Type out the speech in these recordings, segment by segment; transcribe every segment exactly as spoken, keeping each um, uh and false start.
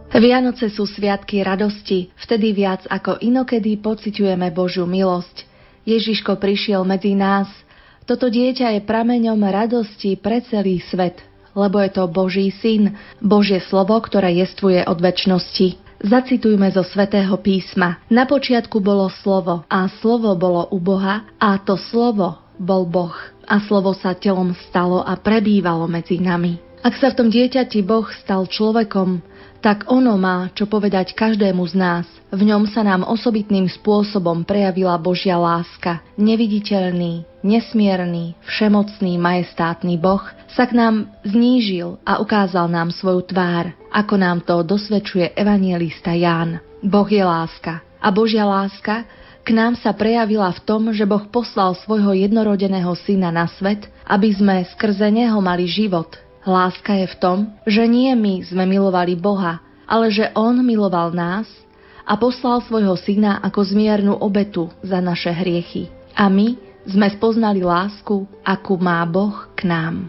Vianoce sú sviatky radosti, vtedy viac ako inokedy pociťujeme Božiu milosť. Ježiško prišiel medzi nás. Toto dieťa je prameňom radosti pre celý svet, lebo je to Boží syn, Božie slovo, ktoré jestvuje od večnosti. Zacitujme zo Svätého písma. Na počiatku bolo slovo a slovo bolo u Boha a to slovo bol Boh. A slovo sa telom stalo a prebývalo medzi nami. Ak sa v tom dieťati Boh stal človekom, tak ono má čo povedať každému z nás. V ňom sa nám osobitným spôsobom prejavila Božia láska. Neviditeľný, nesmierny, všemocný, majestátny Boh sa k nám znížil a ukázal nám svoju tvár, ako nám to dosvedčuje evanjelista Ján. Boh je láska a Božia láska k nám sa prejavila v tom, že Boh poslal svojho jednorodeného syna na svet, aby sme skrze neho mali život. Láska je v tom, že nie my sme milovali Boha, ale že On miloval nás a poslal svojho syna ako zmiernu obetu za naše hriechy. A my sme spoznali lásku, akú má Boh k nám.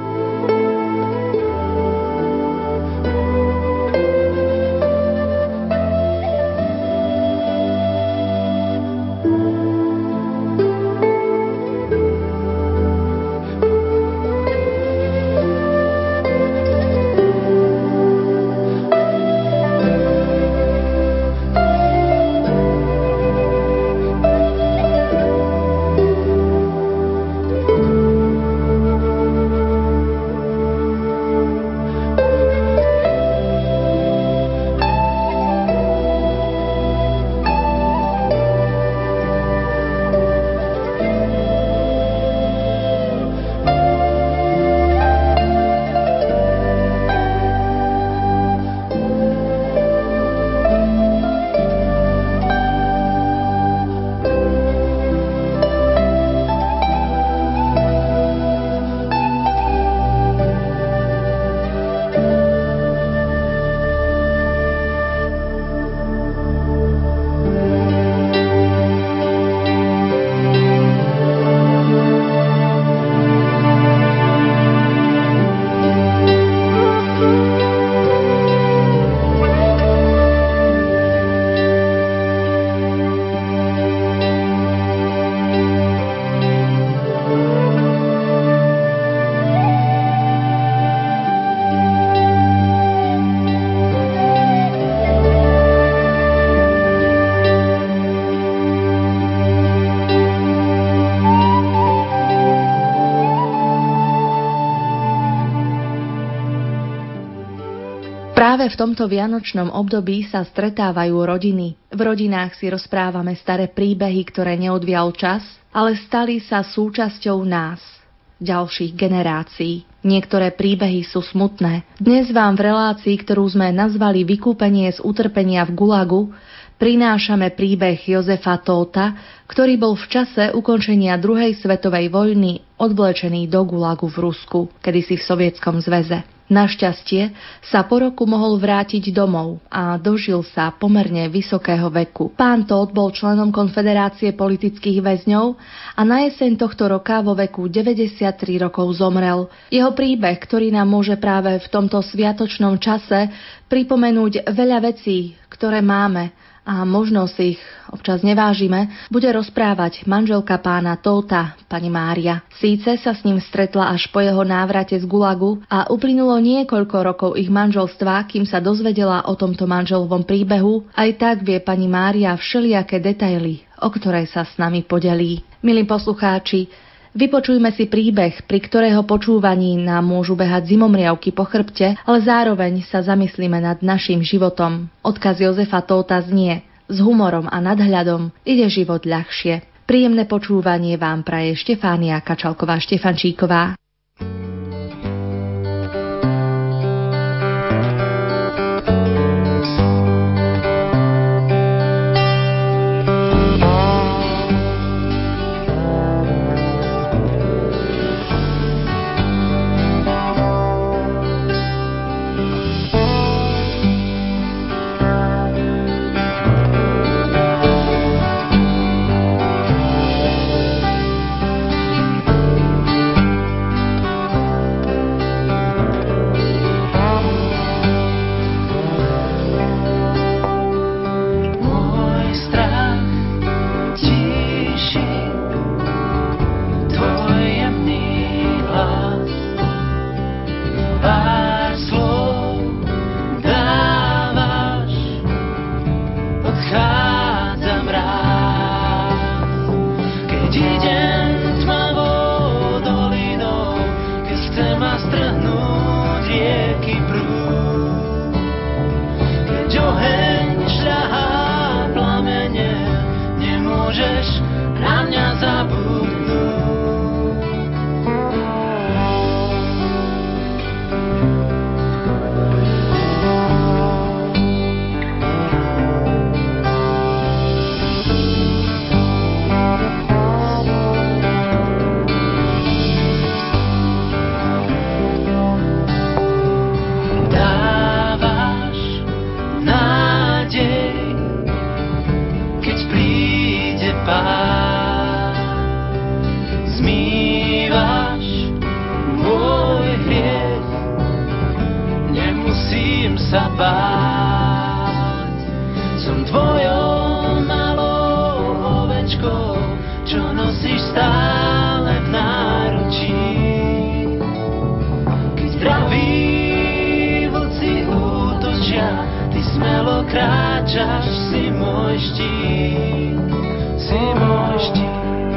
Práve v tomto vianočnom období sa stretávajú rodiny. V rodinách si rozprávame staré príbehy, ktoré neodvial čas, ale stali sa súčasťou nás, ďalších generácií. Niektoré príbehy sú smutné. Dnes vám v relácii, ktorú sme nazvali Vykúpenie z utrpenia v Gulagu, prinášame príbeh Jozefa Tóta, ktorý bol v čase ukončenia druhej svetovej vojny odvlečený do Gulagu v Rusku, kedysi v Sovietskom zväze. Našťastie sa po roku mohol vrátiť domov a dožil sa pomerne vysokého veku. Pán Tóth bol členom Konfederácie politických väzňov a na jeseň tohto roka vo veku deväťdesiattri rokov zomrel. Jeho príbeh, ktorý nám môže práve v tomto sviatočnom čase pripomenúť veľa vecí, ktoré máme a možno si ich občas nevážime, bude rozprávať manželka pána Tótha, pani Mária. Síce sa s ním stretla až po jeho návrate z Gulagu a uplynulo niekoľko rokov ich manželstva, kým sa dozvedela o tomto manželovom príbehu, aj tak vie pani Mária všelijaké detaily, o ktoré sa s nami podelí. Milí poslucháči, vypočujme si príbeh, pri ktorého počúvaní nám môžu behať zimomriavky po chrbte, ale zároveň sa zamyslíme nad našim životom. Odkaz Jozefa Tótha znie: s humorom a nadhľadom ide život ľahšie. Príjemné počúvanie vám praje Štefánia Kačalková-Štefančíková. sa báť. Som tvojou malou ovečkou, čo nosíš stále v náručí. Keď praví vlci útočia, ty smelo kráčaš, si môj štít, si môj štít.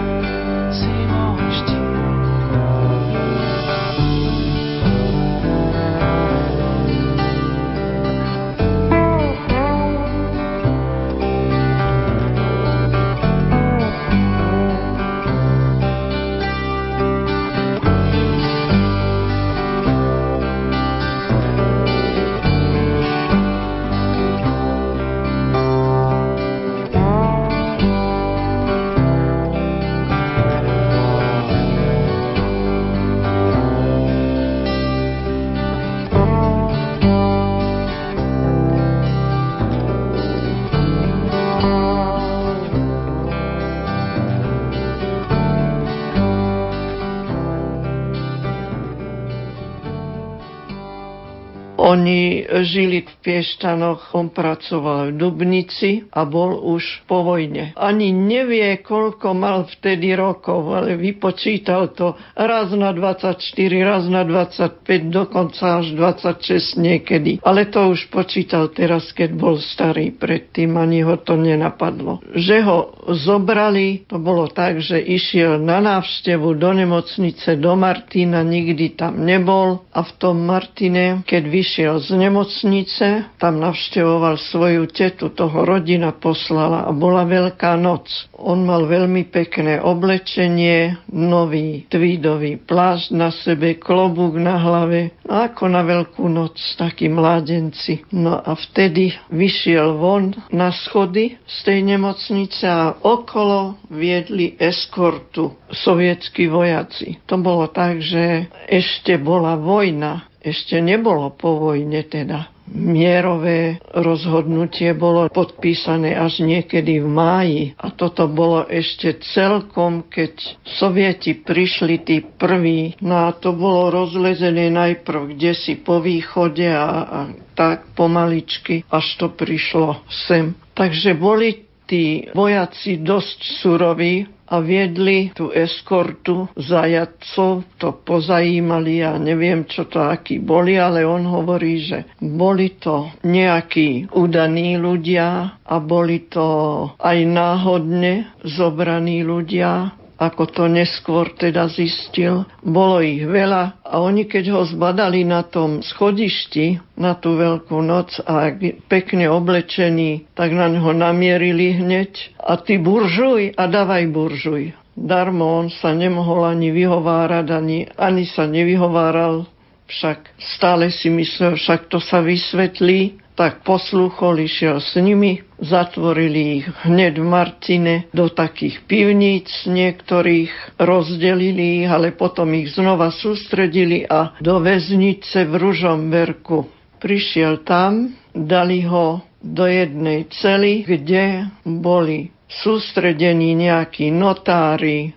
Oni žili v Piešťanoch, on pracoval v Dubnici a bol už po vojne. Ani nevie, koľko mal vtedy rokov, ale vypočítal to raz na dvadsaťštyri, raz na dvadsaťpäť, dokonca až dvadsaťšesť niekedy. Ale to už počítal teraz, keď bol starý, predtým ani ho to nenapadlo. Že ho zobrali, to bolo tak, že išiel na návštevu do nemocnice do Martina, nikdy tam nebol a v tom Martine, keď vyšiel z nemocnice, tam navštevoval svoju tetu, toho rodina poslala a bola Veľká noc. On mal veľmi pekné oblečenie, nový tweedový plášť na sebe, klobúk na hlave, ako na Veľkú noc, takí mládenci. No a vtedy vyšiel von na schody z tej nemocnice a okolo viedli eskortu sovietskí vojaci. To bolo tak, že ešte bola vojna. Ešte nebolo po vojne teda. Mierové rozhodnutie bolo podpísané až niekedy v máji. A toto bolo ešte celkom, keď Sovieti prišli tí prví. No a to bolo rozlezené najprv kdesi po východe a, a tak pomaličky, až to prišlo sem. Takže boli tí vojaci dosť suroví a viedli tú eskortu zajatcov, to pozajímali a neviem, čo to akí boli, ale on hovorí, že boli to nejakí udaní ľudia a boli to aj náhodne zobraní ľudia, ako to neskôr teda zistil. Bolo ich veľa a oni keď ho zbadali na tom schodišti na tú Veľkú noc a pekne oblečený, tak na ňo namierili hneď a ty buržuj a dávaj buržuj. Darmo on sa nemohol ani vyhovárať, ani, ani sa nevyhováral, však stále si myslel, však to sa vysvetlí. Tak poslúchol, išiel s nimi, zatvorili ich hneď v Martine do takých pivníc niektorých, rozdelili ich, ale potom ich znova sústredili a do väznice v Ružomberku. Prišiel tam, dali ho do jednej cely, kde boli sústredení nejakí notári,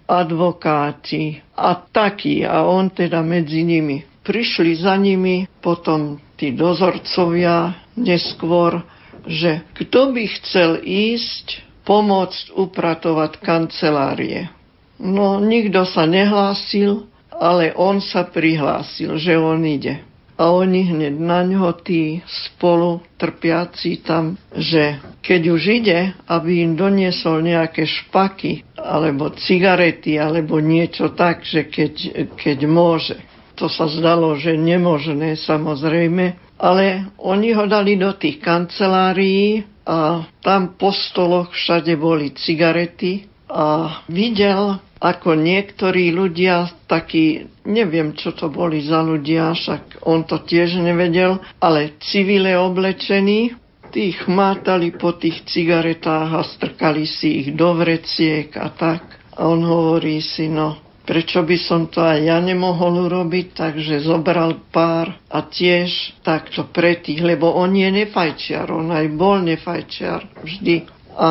advokáti a takí, a on teda medzi nimi. Prišli za nimi potom tí dozorcovia neskôr, že kto by chcel ísť pomôcť upratovať kancelárie. No, nikto sa nehlásil, ale on sa prihlásil, že on ide. A oni hneď na ňo, tí spolu trpiaci tam, že keď už ide, aby im doniesol nejaké špaky, alebo cigarety, alebo niečo tak, že keď, keď môže. To sa zdalo, že nemožné, samozrejme, ale oni ho dali do tých kancelárií a tam po stoloch všade boli cigarety a videl, ako niektorí ľudia, takí, neviem, čo to boli za ľudia, však on to tiež nevedel, ale civile oblečení, tí chmátali po tých cigaretách a strkali si ich do vreciek a tak. A on hovorí si, no, prečo by som to aj ja nemohol urobiť, takže zobral pár a tiež takto pre tých, lebo on je nefajčiar, on aj bol nefajčiar vždy. A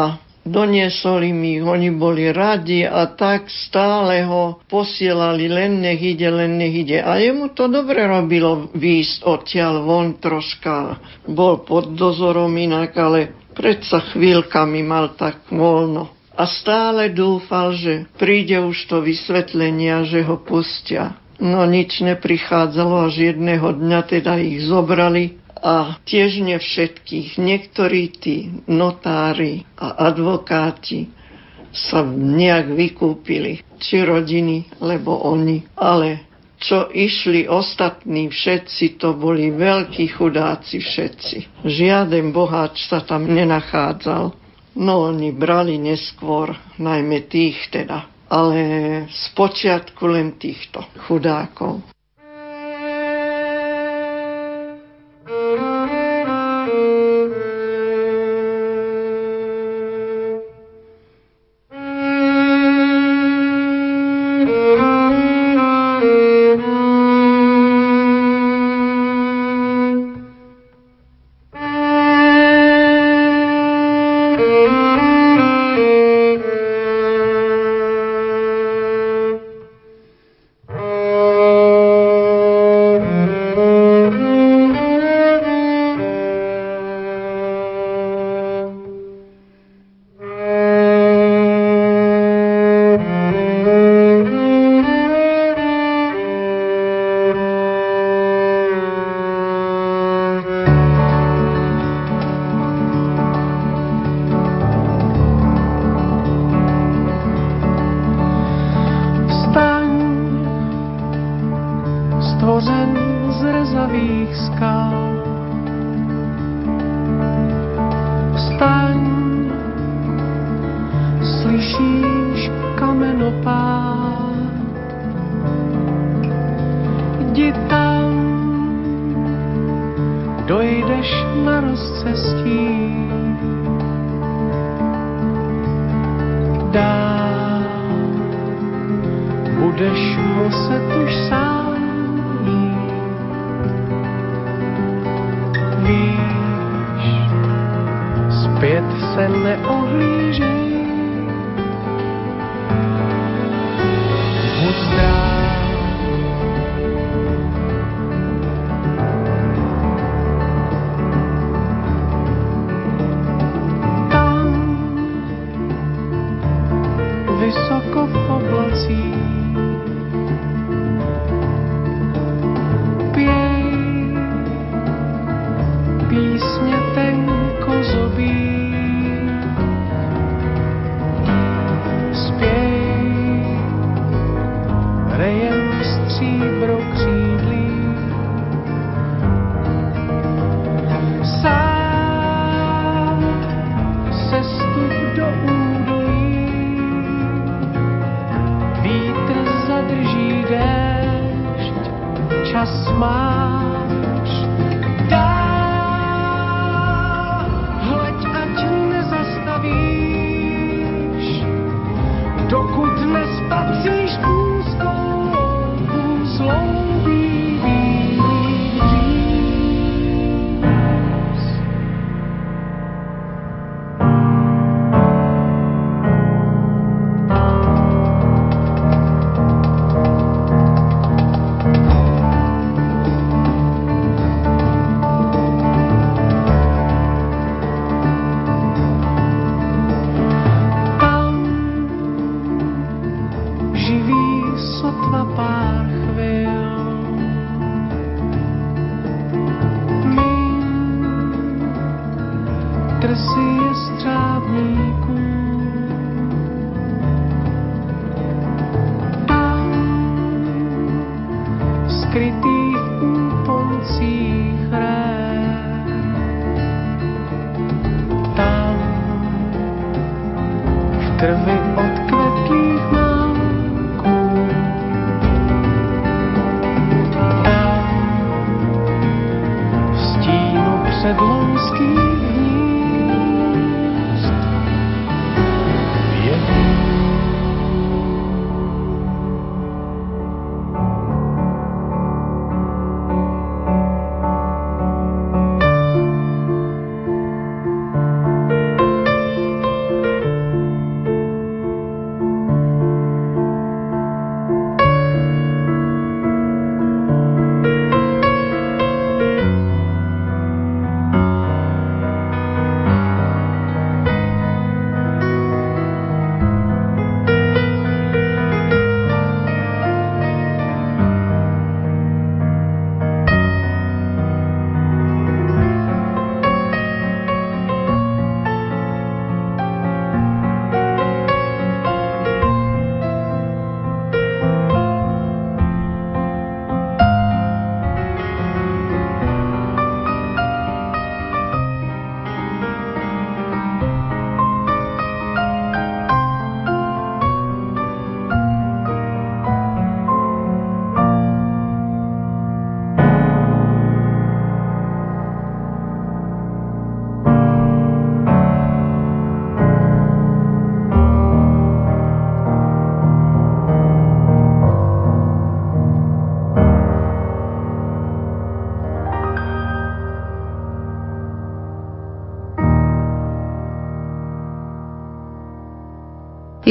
doniesol im ich, oni boli radi a tak stále ho posielali, len nech ide, len nech ide. A jemu to dobre robilo výjsť odtiaľ von troška. Bol pod dozorom inak, ale predsa chvíľkami mal tak voľno. A stále dúfal, že príde už to vysvetlenia, že ho pustia. No nič neprichádzalo, až jedného dňa teda ich zobrali a tiež ne všetkých. Niektorí tí notári a advokáti sa nejak vykúpili, či rodiny, lebo oni. Ale čo išli ostatní všetci, to boli veľkí chudáci všetci. Žiaden boháč sa tam nenachádzal. No oni brali neskôr, najmä tých teda, ale spočiatku len týchto chudákov.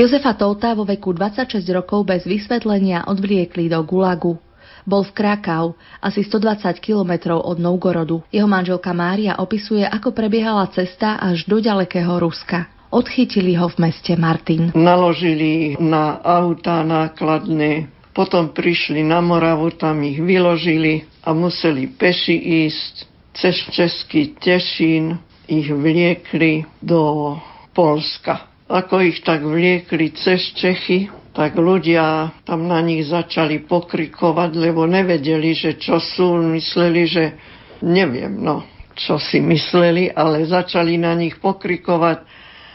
Jozefa Tóta vo veku dvadsaťšesť rokov bez vysvetlenia odvliekli do Gulagu. Bol v Krakau, asi stodvadsať kilometrov od Novgorodu. Jeho manželka Mária opisuje, ako prebiehala cesta až do ďalekého Ruska. Odchytili ho v meste Martin. Naložili na autá nákladné, potom prišli na Moravu, tam ich vyložili a museli peši ísť cez Český Tešín, ich vliekli do Poľska. Ako ich tak vliekli cez Čechy, tak ľudia tam na nich začali pokrikovať, lebo nevedeli, že čo sú, mysleli, že neviem, no, čo si mysleli, ale začali na nich pokrikovať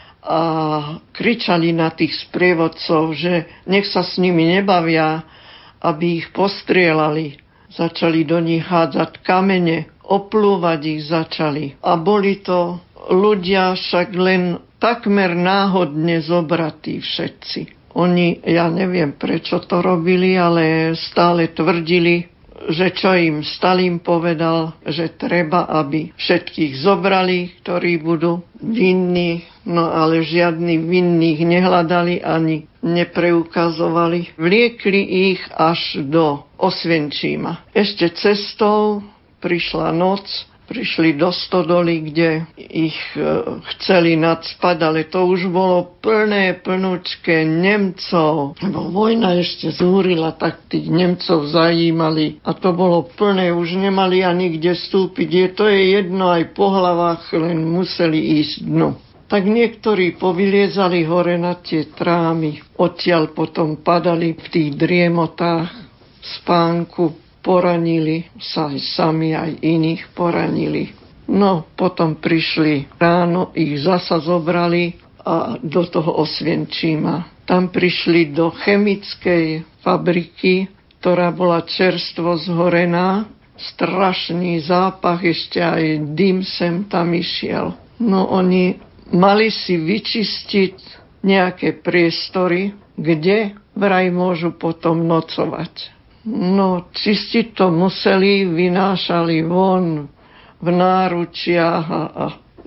a kričali na tých sprievodcov, že nech sa s nimi nebavia, aby ich postrieľali. Začali do nich hádzať kamene, oplúvať ich začali. A boli to ľudia však len takmer náhodne zobratí všetci. Oni, ja neviem, prečo to robili, ale stále tvrdili, že čo im Stalin povedal, že treba, aby všetkých zobrali, ktorí budú vinní, no ale žiadni vinných nehľadali ani nepreukazovali. Vliekli ich až do Osvienčíma. Ešte cestou prišla noc, prišli do stodoly, kde ich e, chceli nadspať, ale to už bolo plné, plnúčké Nemcov. Lebo vojna ešte zúrila, tak tých Nemcov zajímali. A to bolo plné, už nemali ani kde vstúpiť. Je, to je jedno aj po hlavách, len museli ísť dnu. Tak niektorí povyliezali hore na tie trámy. Odtiaľ potom padali v tých driemotách v spánku. Poranili sa aj sami, aj iných poranili. No, potom prišli ráno, ich zasa zobrali a do toho Osvienčíma. Tam prišli do chemickej fabriky, ktorá bola čerstvo zhorená. Strašný zápach, ešte aj dym sem tam išiel. No, oni mali si vyčistiť nejaké priestory, kde vraj môžu potom nocovať. No, čistiť to museli, vynášali von v náručiach a, a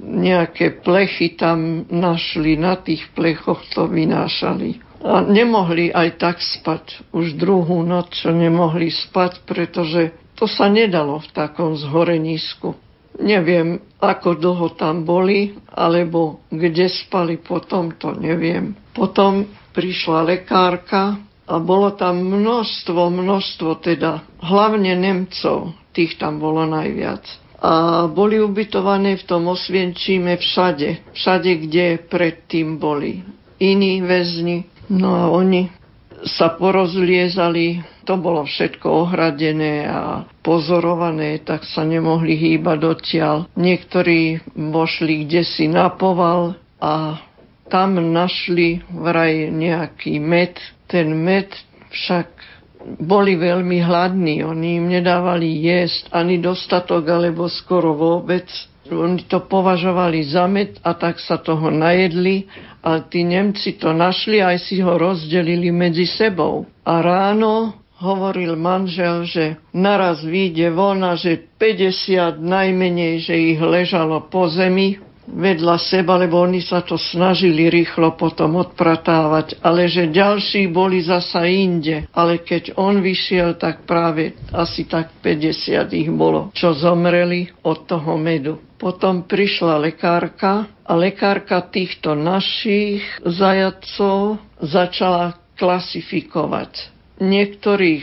nejaké plechy tam našli, na tých plechoch to vynášali. A nemohli aj tak spať. Už druhú noc, čo nemohli spať, pretože to sa nedalo v takom zhorenisku. Neviem, ako dlho tam boli, alebo kde spali potom, to neviem. Potom prišla lekárka, a bolo tam množstvo, množstvo teda, hlavne Nemcov, tých tam bolo najviac. A boli ubytované v tom Osvienčíme všade, všade, kde predtým boli iní väzni. No a oni sa porozliezali, to bolo všetko ohradené a pozorované, tak sa nemohli hýbať odtiaľ. Niektorí vošli kdesi na poval a tam našli vraj nejaký med. Ten med však boli veľmi hladní, oni im nedávali jesť ani dostatok, alebo skoro vôbec. Oni to považovali za med a tak sa toho najedli, ale tí Nemci to našli a aj si ho rozdelili medzi sebou. A ráno hovoril manžel, že naraz vyjde von a že päťdesiat najmenej, že ich ležalo po zemi vedľa seba, lebo oni sa to snažili rýchlo potom odpratávať, ale že ďalší boli zasa inde. Ale keď on vyšiel, tak práve asi tak päťdesiat ich bolo, čo zomreli od toho medu. Potom prišla lekárka a lekárka týchto našich zajatcov začala klasifikovať. Niektorých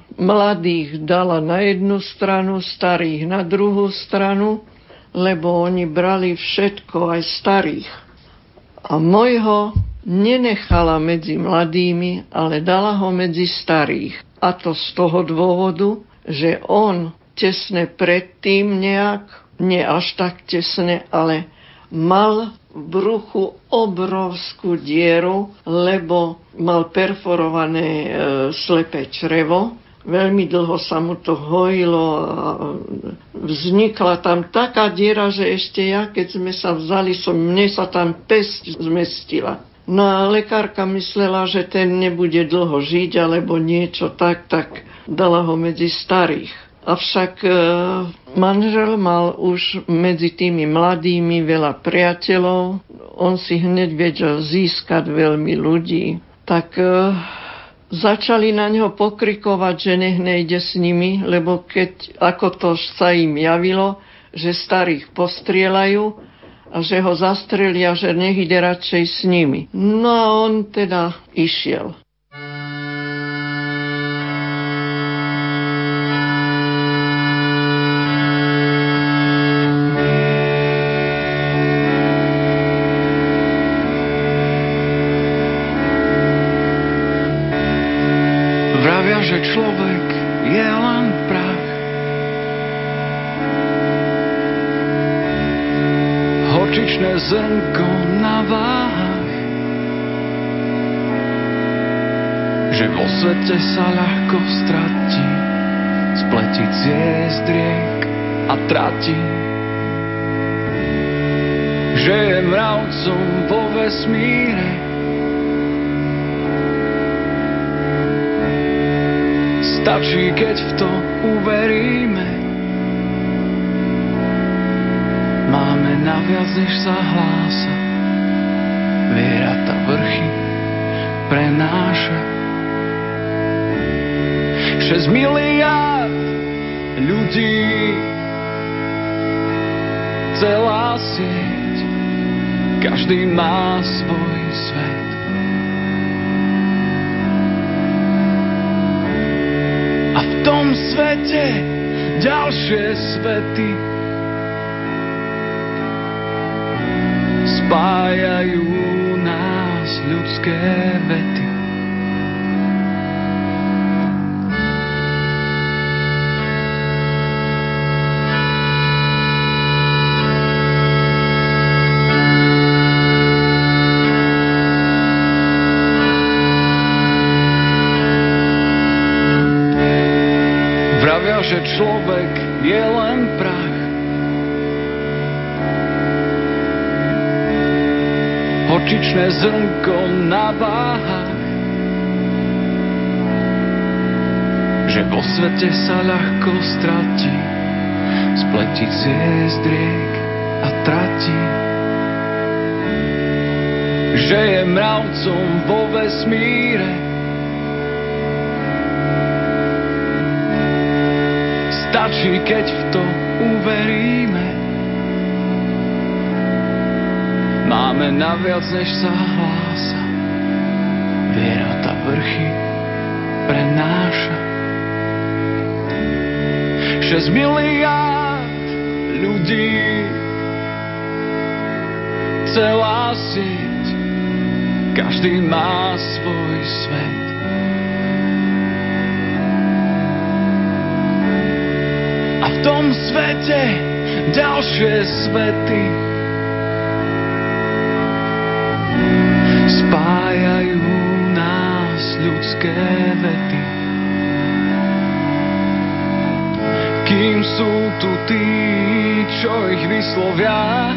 mladých dala na jednu stranu, starých na druhú stranu, lebo oni brali všetko, aj starých. A mojho nenechala medzi mladými, ale dala ho medzi starých. A to z toho dôvodu, že on tesne predtým nejak, nie až tak tesne, ale mal v bruchu obrovskú dieru, lebo mal perforované e, slepé črevo. Veľmi dlho sa mu to hojilo a vznikla tam taká diera, že ešte ja, keď sme sa vzali, som, mne sa tam pesť zmestila. No a lekárka myslela, že ten nebude dlho žiť, alebo niečo tak, tak dala ho medzi starých. Avšak e, manžel mal už medzi tými mladými veľa priateľov. on si hneď vedel získať veľmi ľudí, tak e, začali na neho pokrikovať, že nech nejde s nimi, lebo keď, ako to sa im javilo, že starých postrieľajú a že ho zastrelia, že nech ide radšej s nimi. No a on teda išiel. Že človek je len prach. Horčičné zrnko na váhach. Že vo svete sa ľahko stratí, spletí ciest riek a trati. Že je mravcom vo vesmíre. Stačí, keď v to uveríme. Máme naviac, než sa hlása. Viera tá vrchy prenáša. Šesť miliárd ľudí, celá sieť, každý má svoj svet. V tom svete ďalšie svety spájajú nás ľudské vety. Že človek je len prach. Horčičné zrnko na váhach. Že vo svete sa ľahko stratí, spletí ciest riek a trati. Že je mravcom vo vesmíre. Stačí, keď v to uveríme. Máme naviac, než sa hlása. Viera tá vrchy prenáša. Šesť miliárd ľudí, celá sieť, každý má svoj svet. A v tom svete ďalšie svety spájajú nás ľudské vety. Kým sú tu tí, čo ich vyslovia,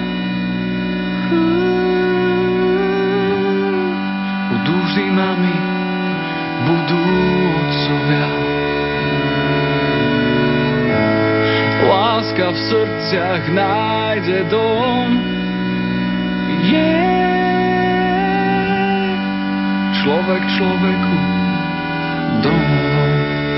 budú vždy mami, budú otcovia. Láska v srdciach nájde dom. Yeah. Človek človeku domov.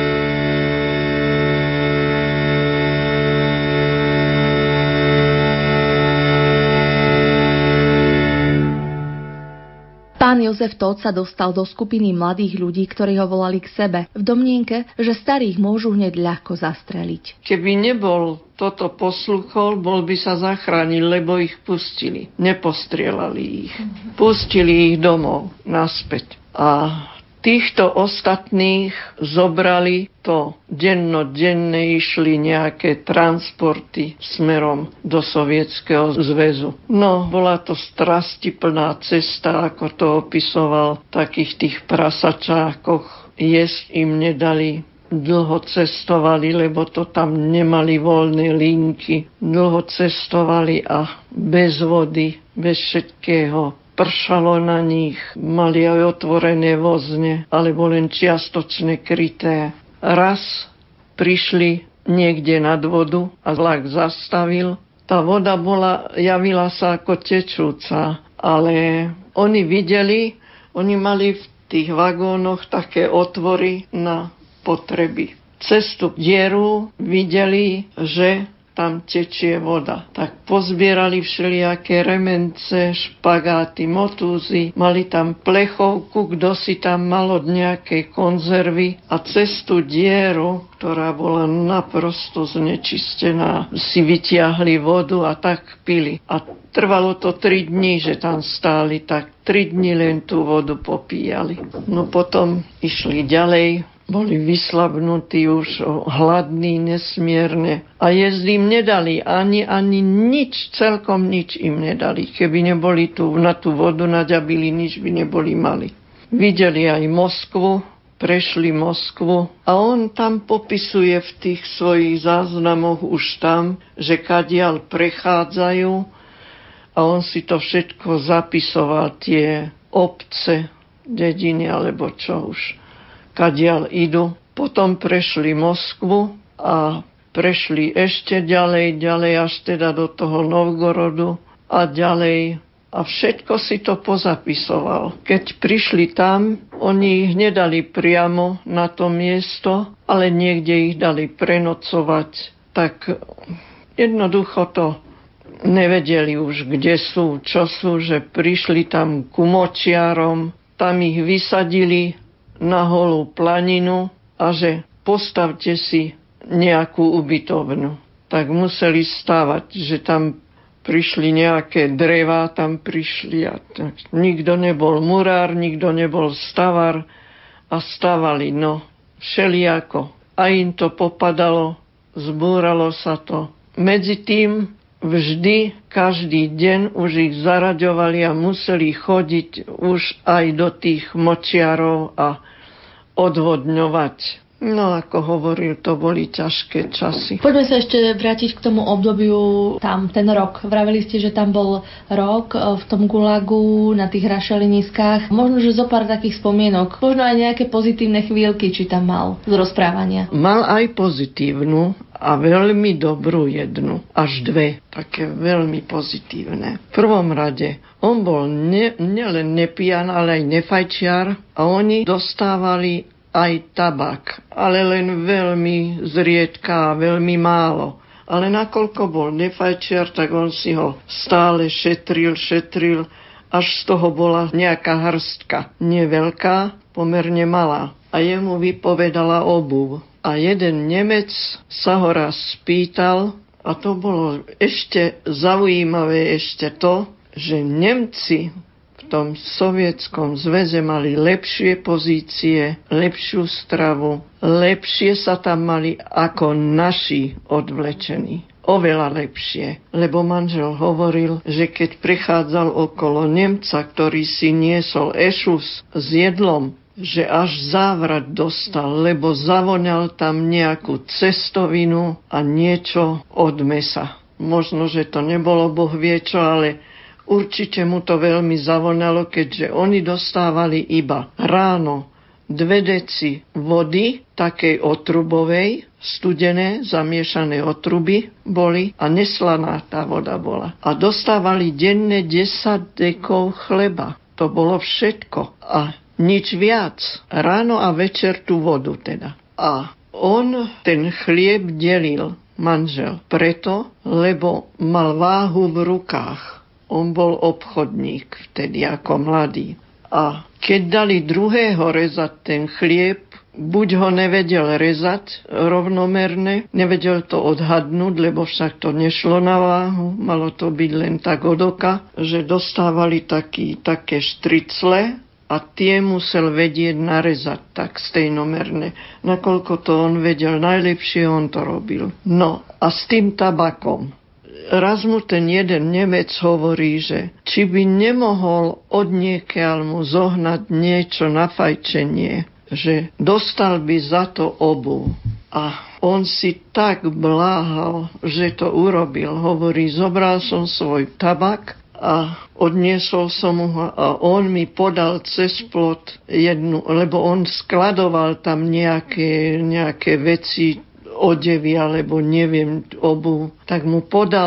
Pán Jozef Tóth sa dostal do skupiny mladých ľudí, ktorí ho volali k sebe, v domnienke, že starých môžu hneď ľahko zastreliť. Keby nebol toto posluchol, bol by sa zachránil, lebo ich pustili. Nepostrieľali ich. Pustili ich domov, naspäť. A týchto ostatných zobrali to dennodenne, išli nejaké transporty smerom do Sovietskeho zväzu. No, bola to strastiplná cesta, ako to opisoval v takých tých prasačákoch. Jesť im nedali, dlho cestovali, lebo to tam nemali voľné linky. Dlho cestovali a bez vody, bez všetkého. Pršalo na nich, mali aj otvorené vozne, alebo len čiastočne kryté. Raz prišli niekde nad vodu a vlak zastavil. Tá voda bola, javila sa ako tečúca, Ale oni videli, oni mali v tých vagónoch také otvory na potreby. Cez tú dieru videli, že tam tečie voda. Tak pozbierali všelijaké remence, špagáty, motúzy, mali tam plechovku, kto si tam mal od nejakej konzervy a cez tú dieru, ktorá bola naprosto znečistená, si vytiahli vodu a tak pili. A trvalo to tri dní, že tam stáli, tak tri dní len tú vodu popíjali. No potom išli ďalej, boli vyslabnutí už, hladní nesmierne. A jesť im nedali, ani, ani nič, celkom nič im nedali. Keby neboli tu na tú vodu naďabili, nič by neboli mali. Videli aj Moskvu, prešli Moskvu a on tam popisuje v tých svojich záznamoch už tam, že kadiaľ prechádzajú a on si to všetko zapisoval, tie obce, dediny alebo čo už. Kadiaľ idú. Potom prešli Moskvu a prešli ešte ďalej, ďalej až teda do toho Novgorodu a ďalej. A všetko si to pozapisoval. Keď prišli tam, oni ich nedali priamo na to miesto, ale niekde ich dali prenocovať. Tak jednoducho to nevedeli už, kde sú, čo sú, že prišli tam ku močiarom, tam ich vysadili na holú planinu a že postavte si nejakú ubytovnu. Tak museli stávať, že tam prišli nejaké drevá, tam prišli a tak. Nikto nebol murár, nikto nebol stavar a stavali, no všelijako. A im to popadalo, zbúralo sa to. Medzi tým vždy, každý deň už ich zaraďovali a museli chodiť už aj do tých močiarov a odvodňovať. No, ako hovoril, to boli ťažké časy. Poďme sa ešte vrátiť k tomu obdobiu, tam ten rok. Vraveli ste, že tam bol rok v tom gulagu, na tých rašeliniskách. Možno, že zo pár takých spomienok. Možno aj nejaké pozitívne chvíľky, či tam mal z rozprávania. Mal aj pozitívnu a veľmi dobrú jednu, až dve, také veľmi pozitívne. V prvom rade, on bol ne, nielen nepijan, ale aj nefajčiar a oni dostávali aj tabak, ale len veľmi zriedka, veľmi málo. Ale nakoľko bol nefajčiar, tak on si ho stále šetril, šetril, až z toho bola nejaká hrstka. Neveľká, pomerne malá. A jemu vypovedala obuv. A jeden Nemec sa ho raz spýtal, a to bolo ešte zaujímavé ešte to, že Nemci v tom Sovietskom zväze mali lepšie pozície, lepšiu stravu, lepšie sa tam mali ako naši odvlečení. Oveľa lepšie, lebo manžel hovoril, že keď prechádzal okolo Nemca, ktorý si niesol ešus s jedlom, že až závrat dostal, lebo zavoňal tam nejakú cestovinu a niečo od mesa. Možno, že to nebolo Boh vie čo, ale určite mu to veľmi zavoňalo, keďže oni dostávali iba ráno dve deci vody, takej otrubovej, studené, zamiešané otruby boli a neslaná tá voda bola. A dostávali denne desať dekov chleba. To bolo všetko. A nič viac. Ráno a večer tú vodu teda. A on ten chlieb delil, manžel, preto, lebo mal váhu v rukách. On bol obchodník vtedy ako mladý. A keď dali druhého rezať ten chlieb, buď ho nevedel rezať rovnomerne, nevedel to odhadnúť, lebo však to nešlo na váhu, malo to byť len tak od oka, že dostávali taký, také štricle a tie musel vedieť narezať tak stejnomerne. Nakoľko to on vedel najlepšie, on to robil. No a s tým tabakom. Raz mu ten jeden Nemec hovorí, že či by nemohol odniekiaľ mu zohnať niečo na fajčenie, že dostal by za to obuv. A on si tak bláhal, že to urobil. Hovorí, zobral som svoj tabak a odniesol som mu ho a on mi podal cez plot jednu, lebo on skladoval tam nejaké, nejaké veci, odevy alebo neviem, obuv, tak mu podal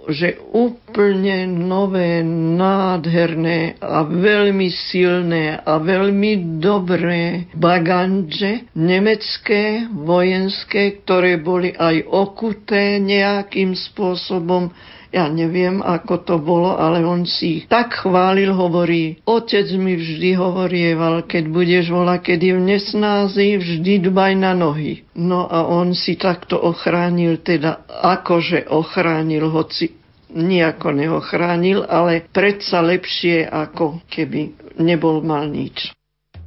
že úplne nové, nádherné a veľmi silné a veľmi dobré bagandže nemecké, vojenské, ktoré boli aj okuté nejakým spôsobom. Ja neviem, ako to bolo, ale on si tak chválil, hovorí, otec mi vždy hovorieval, keď budeš volať, kedy v nesnázi, vždy dbaj na nohy. No a on si takto ochránil, teda akože ochránil, hoci nejako neochránil, ale predsa lepšie, ako keby nebol mal nič.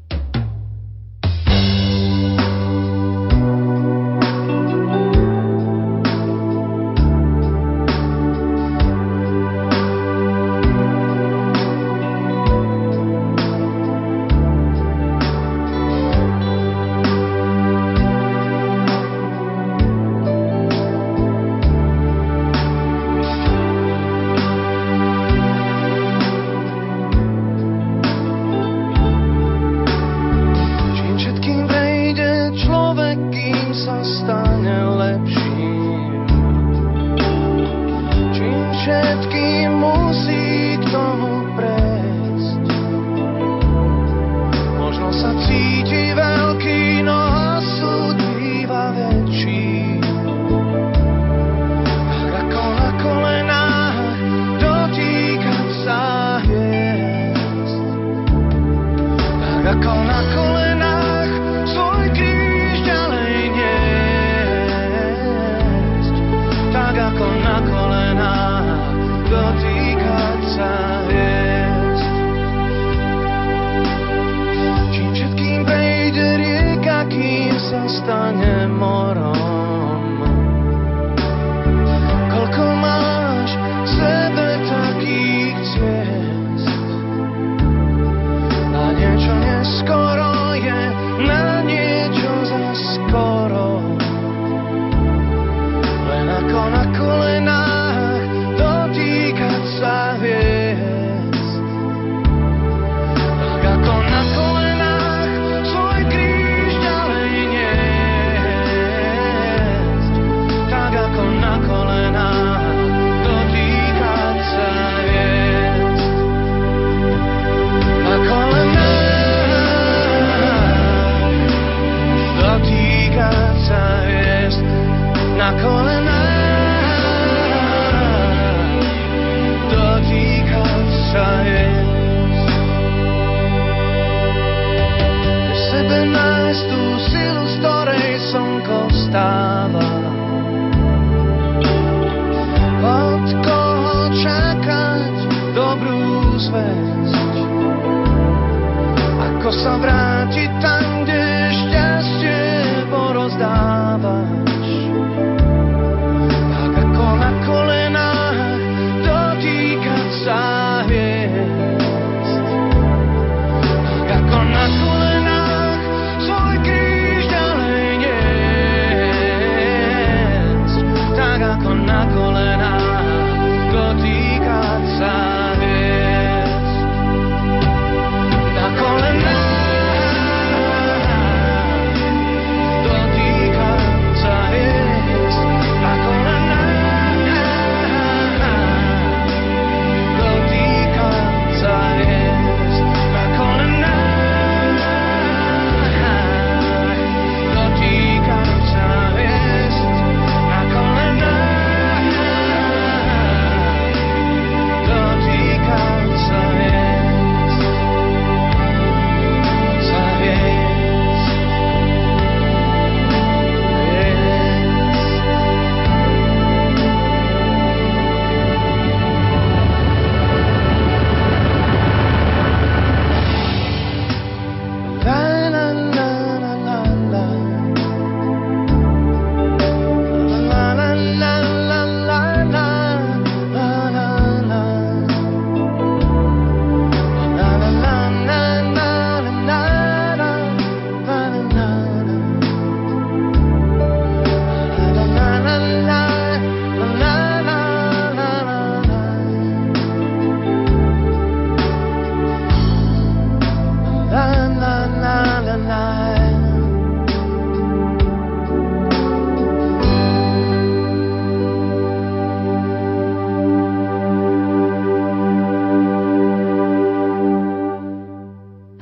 Ako na kolenách svoj kríž ďalej niesť, tak ako na kolenách dotýkať sa je.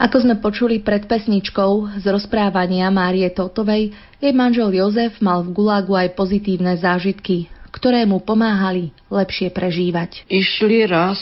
Ako sme počuli pred pesničkou z rozprávania Márie Totovej, jej manžel Jozef mal v Gulagu aj pozitívne zážitky, ktoré mu pomáhali lepšie prežívať. Išli raz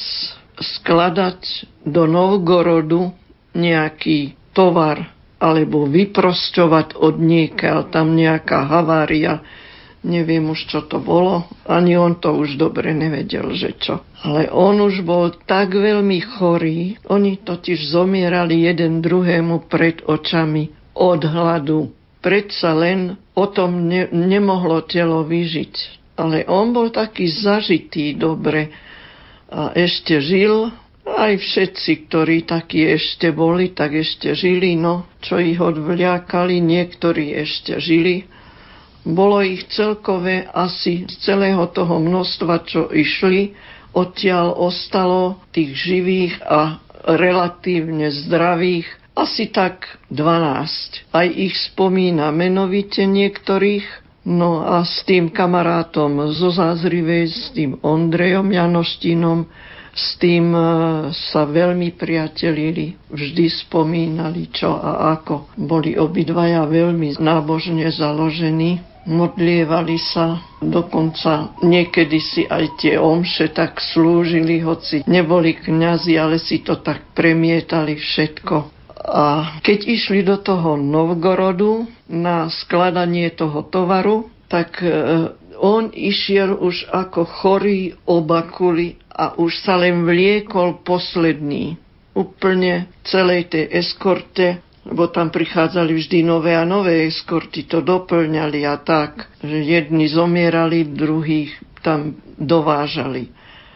skladať do Novgorodu nejaký tovar alebo vyprosťovať od niekiaľ, tam nejaká havária, neviem už, čo to bolo, ani on to už dobre nevedel, že čo. Ale on už bol tak veľmi chorý, oni totiž zomierali jeden druhému pred očami od hladu. Predsa len o tom ne, nemohlo telo vyžiť. Ale on bol taký zažitý dobre a ešte žil. Aj všetci, ktorí takí ešte boli, tak ešte žili, no, čo ich odvliakali, niektorí ešte žili. Bolo ich celkové asi z celého toho množstva, čo išli, odtiaľ ostalo tých živých a relatívne zdravých asi tak dvanásť. Aj ich spomína menovite niektorých, no a s tým kamarátom zo Zázrivej, s tým Ondrejom Janoštinom, s tým sa veľmi priatelili, vždy spomínali čo a ako. Boli obidvaja veľmi nábožne založení, modlievali sa, dokonca niekedy si aj tie omše tak slúžili, hoci neboli kňazi, ale si to tak premietali všetko. A keď išli do toho Novgorodu na skladanie toho tovaru, tak on išiel už ako chorý o bakuli a už sa len vliekol posledný. Úplne celej tej eskorte, lebo tam prichádzali vždy nové a nové eskorty, to doplňali a tak, že jedni zomierali, druhých tam dovážali.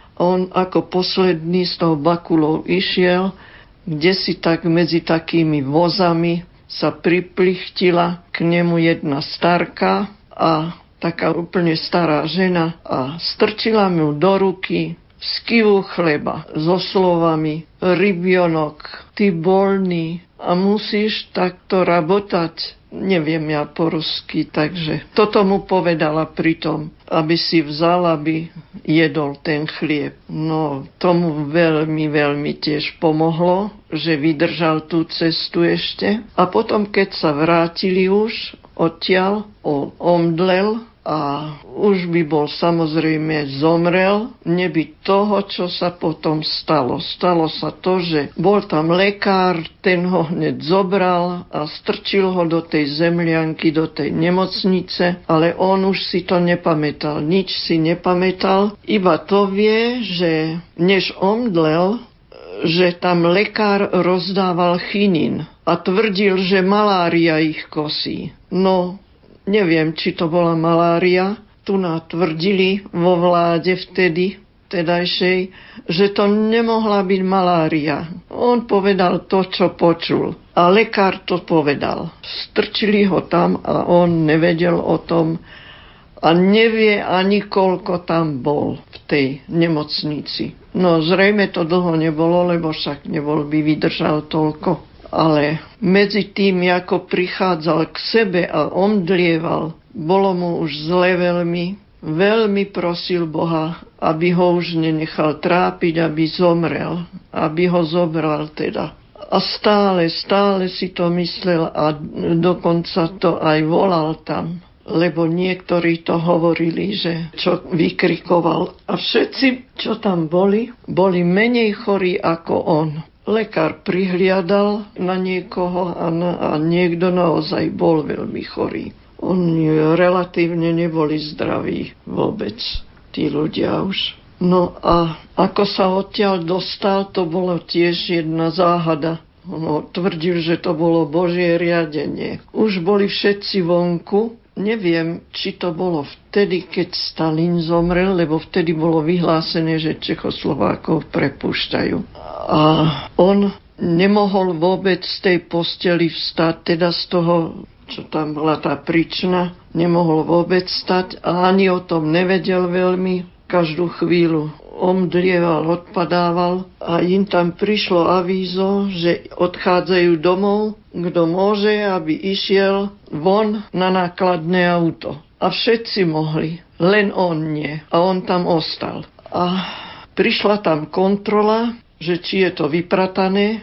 On ako posledný z toho bakulov išiel, kde si tak medzi takými vozami sa priplichtila k nemu jedna starka a taká úplne stará žena a strčila mu do ruky skivu chleba so slovami: rybionok, ty bolný a musíš takto rabotať. Neviem ja po rusky, takže toto mu povedala pritom, aby si vzal, aby jedol ten chlieb. No, tomu veľmi, veľmi tiež pomohlo, že vydržal tú cestu ešte. A potom, keď sa vrátili už odtiaľ, on omdlel a už by bol samozrejme zomrel, nebyť toho, čo sa potom stalo. Stalo sa to, že bol tam lekár, ten ho hneď zobral a strčil ho do tej zemlianky, do tej nemocnice, ale on už si to nepamätal, nič si nepamätal, iba to vie, že než omdlel, že tam lekár rozdával chinin a tvrdil, že malária ich kosí. No, neviem, či to bola malária. Tu natvrdili vo vláde vtedy, tedajšej, že to nemohla byť malária. On povedal to, čo počul. A lekár to povedal. Strčili ho tam a on nevedel o tom a nevie ani koľko tam bol v tej nemocnici. No zrejme to dlho nebolo, lebo však nebol by vydržal toľko. Ale medzi tým, ako prichádzal k sebe a omdlieval, bolo mu už zle veľmi, veľmi prosil Boha, aby ho už nenechal trápiť, aby zomrel, aby ho zobral teda. A stále, stále si to myslel a dokonca to aj volal tam, lebo niektorí to hovorili, že čo vykrikoval. A všetci, čo tam boli, boli menej chorí ako on. Lekár prihliadal na niekoho a, na, a niekto naozaj bol veľmi chorý. Oni relatívne neboli zdraví vôbec, tí ľudia už. No a ako sa odtiaľ dostal, to bolo tiež jedna záhada. On tvrdil, že to bolo Božie riadenie. Už boli všetci vonku. Neviem, či to bolo vtedy, keď Stalin zomrel, lebo vtedy bolo vyhlásené, že Čechoslovákov prepúšťajú. A on nemohol vôbec z tej posteli vstať, teda z toho, čo tam bola tá príčina, nemohol vôbec stať a ani o tom nevedel veľmi. Každú chvíľu omdlieval, odpadával a im tam prišlo avízo, že odchádzajú domov, kto môže, aby išiel von na nákladné auto. A všetci mohli, len on nie. A on tam ostal. A prišla tam kontrola, že či je to vypratané,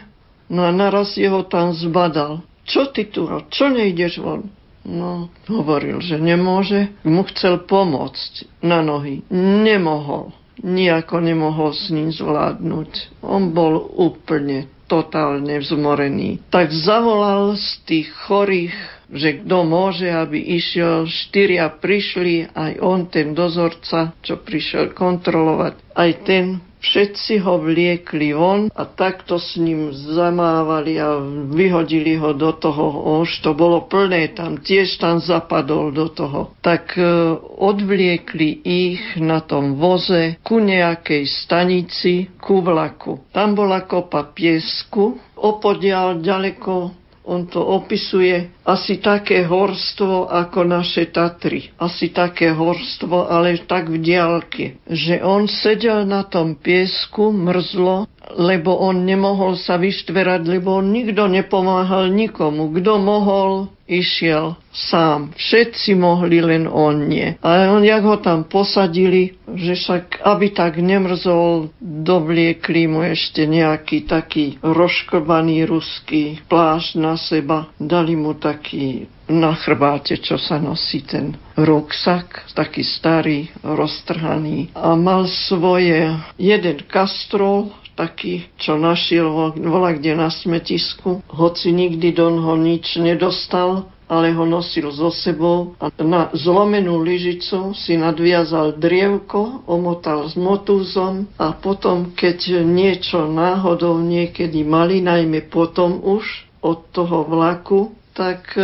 No a naraz jeho tam zbadal. Čo ty tu, čo nejdeš von? No, hovoril, že nemôže. Mu chcel pomôcť na nohy. Nemohol. Nijako nemohol s ním zvládnuť. On bol úplne totálne vzmorený. Tak zavolal z tých chorých, že kto môže, aby išiel. Štyria prišli, aj on, ten dozorca, čo prišiel kontrolovať, aj ten. Všetci ho vliekli von a takto s ním zamávali a vyhodili ho do toho. Už to bolo plné tam, tiež tam zapadol do toho. Tak e, odvliekli ich na tom voze ku nejakej stanici, ku vlaku. Tam bola kopa piesku, opodiaľ ďaleko. On to opisuje asi také horstvo ako naše Tatry. Asi také horstvo, ale tak v diaľke. Že on sedel na tom piesku, mrzlo, lebo on nemohol sa vyštverať, lebo on nikto nepomáhal nikomu. Kto mohol, išiel sám. Všetci mohli, len on nie. Ale on, jak ho tam posadili, že však, aby tak nemrzol, dovliekli mu ešte nejaký taký rozškrbaný ruský plášť na seba. Dali mu taký na chrbáte, čo sa nosí, ten ruksak, taký starý, roztrhaný. A mal svoje jeden kastrol, taký, čo našiel vola kde na smetisku. Hoci nikdy doň ho nič nedostal, ale ho nosil so sebou a na zlomenú lyžicu si nadviazal drievko, omotal s motúzom a potom, keď niečo náhodou niekedy mali, najmä potom už od toho vlaku, tak e,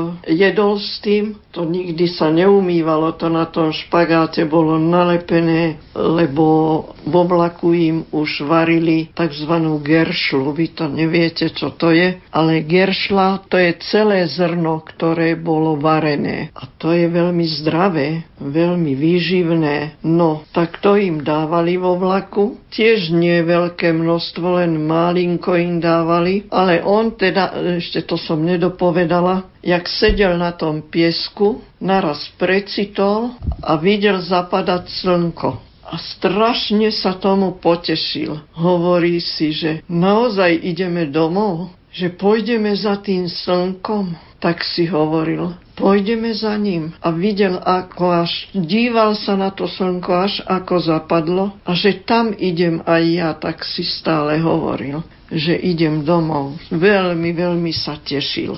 jedol s tým. To nikdy sa neumývalo, to na tom špagáte bolo nalepené, lebo vo vlaku im už varili takzvanú geršlu. Vy to neviete, čo to je, ale geršla to je celé zrno, ktoré bolo varené. A to je veľmi zdravé, veľmi výživné. No, tak to im dávali vo vlaku. Tiež nie veľké množstvo, len malinko im dávali, ale on teda, ešte to som nedopovedala, jak sedel na tom piesku, naraz precitol a videl zapadať slnko. A strašne sa tomu potešil. Hovorí si, že naozaj ideme domov, že pôjdeme za tým slnkom. Tak si hovoril, pôjdeme za ním. A videl, ako až díval sa na to slnko, až ako zapadlo. A že tam idem aj ja, tak si stále hovoril, že idem domov. Veľmi, veľmi sa tešil.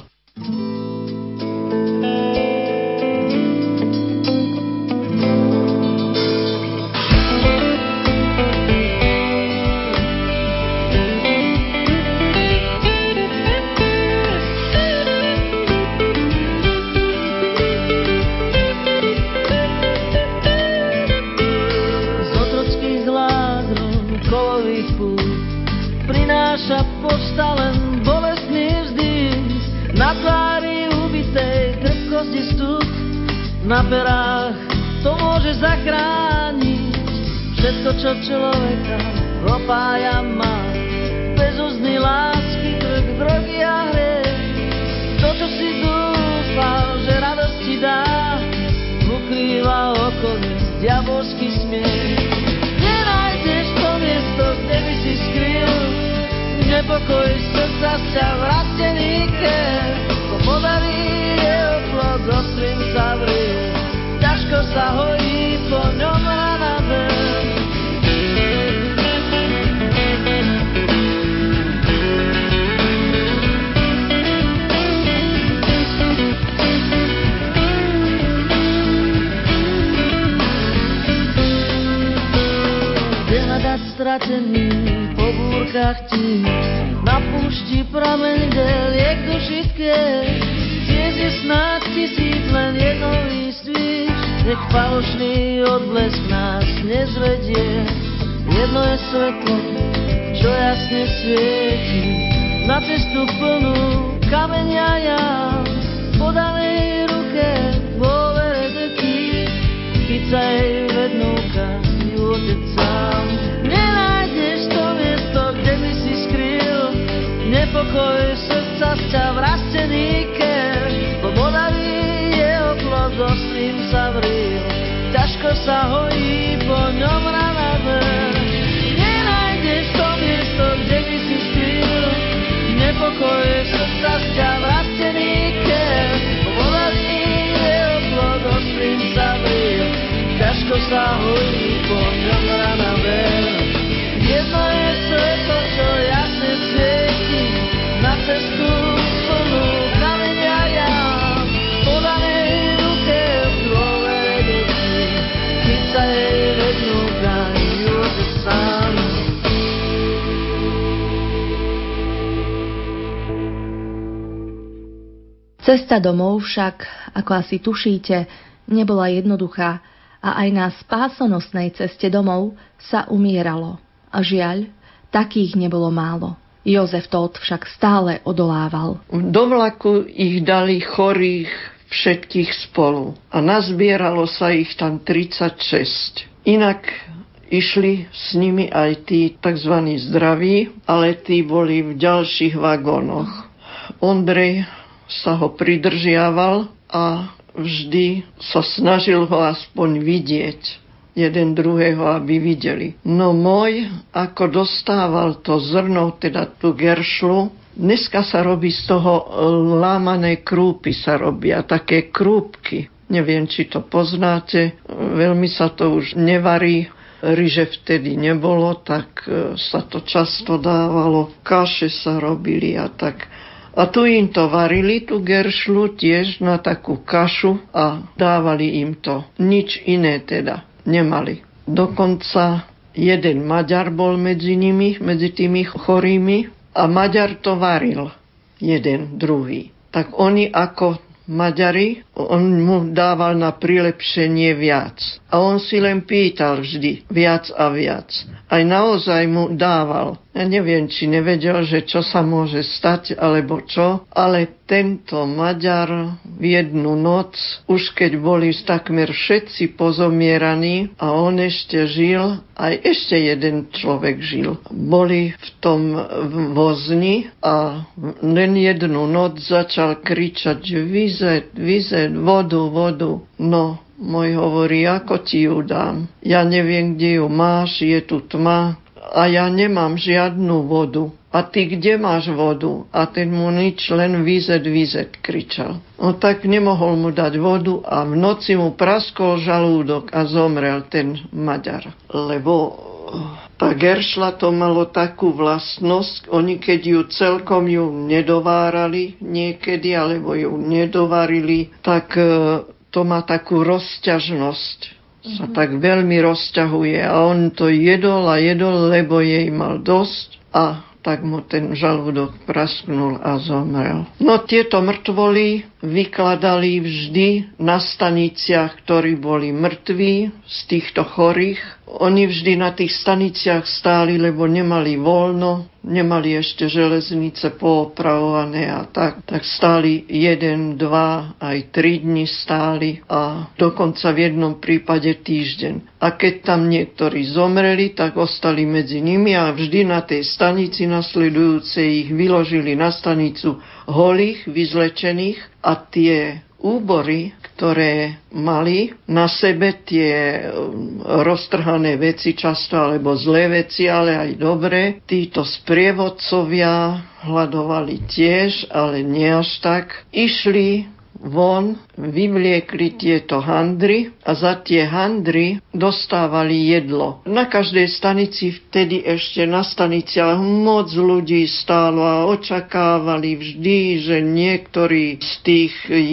Prináša pošta len bolestný vzdych, na tvári ubitej trpkosti stud, na perách to môže zachrániť všetko, čo človeka opája má. Bezúzny lásky, krk, drogy a hriech, to, čo si dúfal, že radosti dá, ukrýva okolie diabolský smiech. Nenájdeš to miesto, kde by si skryl nepokoj srdca z ťa vratený ker. Ko podarí jeho plod, ostrým sa vril, ťažko sa hojí po ňom rana ver. Kde hľadať stratený po búrkach ti, na púšti prameň, kde liek duši tkvie. Dnes je snáď tisíc, len jedno výstvíš, nech falošný odblesk nás nezvedie. Jedno je svetlo, čo jasne svieti, na cestu plnú kameňa jam. Podanej ruke vo vere detí, chyca jej vednúka ju otec sám. Nenájdeš to miesto, kde by si skryl nepokoj srdca z ťa vrastený ker. Po bodaví jeho plod ostrým sa vril, ťažko sa hojí po ňom rana ver. Nenájdeš to miesto, kde by si skryl Cesta domov však, ako asi tušíte, nebola jednoduchá a aj na spásonosnej ceste domov sa umieralo. A žiaľ, takých nebolo málo. Jozef Tóth však stále odolával. Do vlaku ich dali chorých všetkých spolu a nazbieralo sa ich tam tridsaťšesť. Inak išli s nimi aj tí tzv. Zdraví, ale tí boli v ďalších vagónoch. Ondrej sa ho pridržiaval a vždy sa snažil ho aspoň vidieť, jeden druhého, aby videli. No môj, ako dostával to zrno, teda tú geršlu, dneska sa robí z toho lámané krúpy, sa robia, také krúpky. Neviem, či to poznáte, veľmi sa to už nevarí. Ryže vtedy nebolo, tak sa to často dávalo, kaše sa robili a tak. A tu im to varili, tú geršlu tiež na takú kašu a dávali im to. Nič iné teda nemali. Dokonca jeden Maďar bol medzi nimi, medzi tými chorými a Maďar to varil, jeden, druhý. Tak oni ako Maďari, on mu dával na prilepšenie viac. A on si len pýtal vždy viac a viac. Aj naozaj mu dával. Ja neviem, či nevedel, že čo sa môže stať, alebo čo, ale tento Maďar v jednu noc, už keď boli takmer všetci pozomieraní a on ešte žil, aj ešte jeden človek žil. Boli v tom vozni a len jednu noc začal kričať, že vyzet, vyzet, vodu, vodu. No, môj hovorí, ako ti ju dám? Ja neviem, kde ju máš, je tu tma a ja nemám žiadnu vodu. A ty kde máš vodu? A ten mu nič, len vyzet, vyzet kričal. No tak nemohol mu dať vodu a v noci mu praskol žalúdok a zomrel ten Maďar. Lebo tá geršla to malo takú vlastnosť, oni keď ju celkom ju nedovárali niekedy, alebo ju nedovarili, tak to má takú rozťažnosť. Sa tak veľmi rozťahuje a on to jedol a jedol, lebo jej mal dosť a tak mu ten žalúdok prasknul a zomrel. No tieto mŕtvoly vykladali vždy na staniciach, ktorí boli mŕtvi z týchto chorých. Oni vždy na tých staniciach stáli, lebo nemali voľno, nemali ešte železnice poopravované a tak. Tak stáli jeden, dva, aj tri dni stáli a dokonca v jednom prípade týždeň. A keď tam niektorí zomreli, tak ostali medzi nimi a vždy na tej stanici nasledujúcej ich vyložili na stanicu holých, vyzlečených a tie úbory, ktoré mali na sebe, tie roztrhané veci často, alebo zlé veci, ale aj dobré, títo sprievodcovia hľadovali tiež, ale nie až tak. Išli von, vyvliekli tieto handry a za tie handry dostávali jedlo. Na každej stanici vtedy ešte na staniciach moc ľudí stálo a očakávali vždy, že niektorý z tých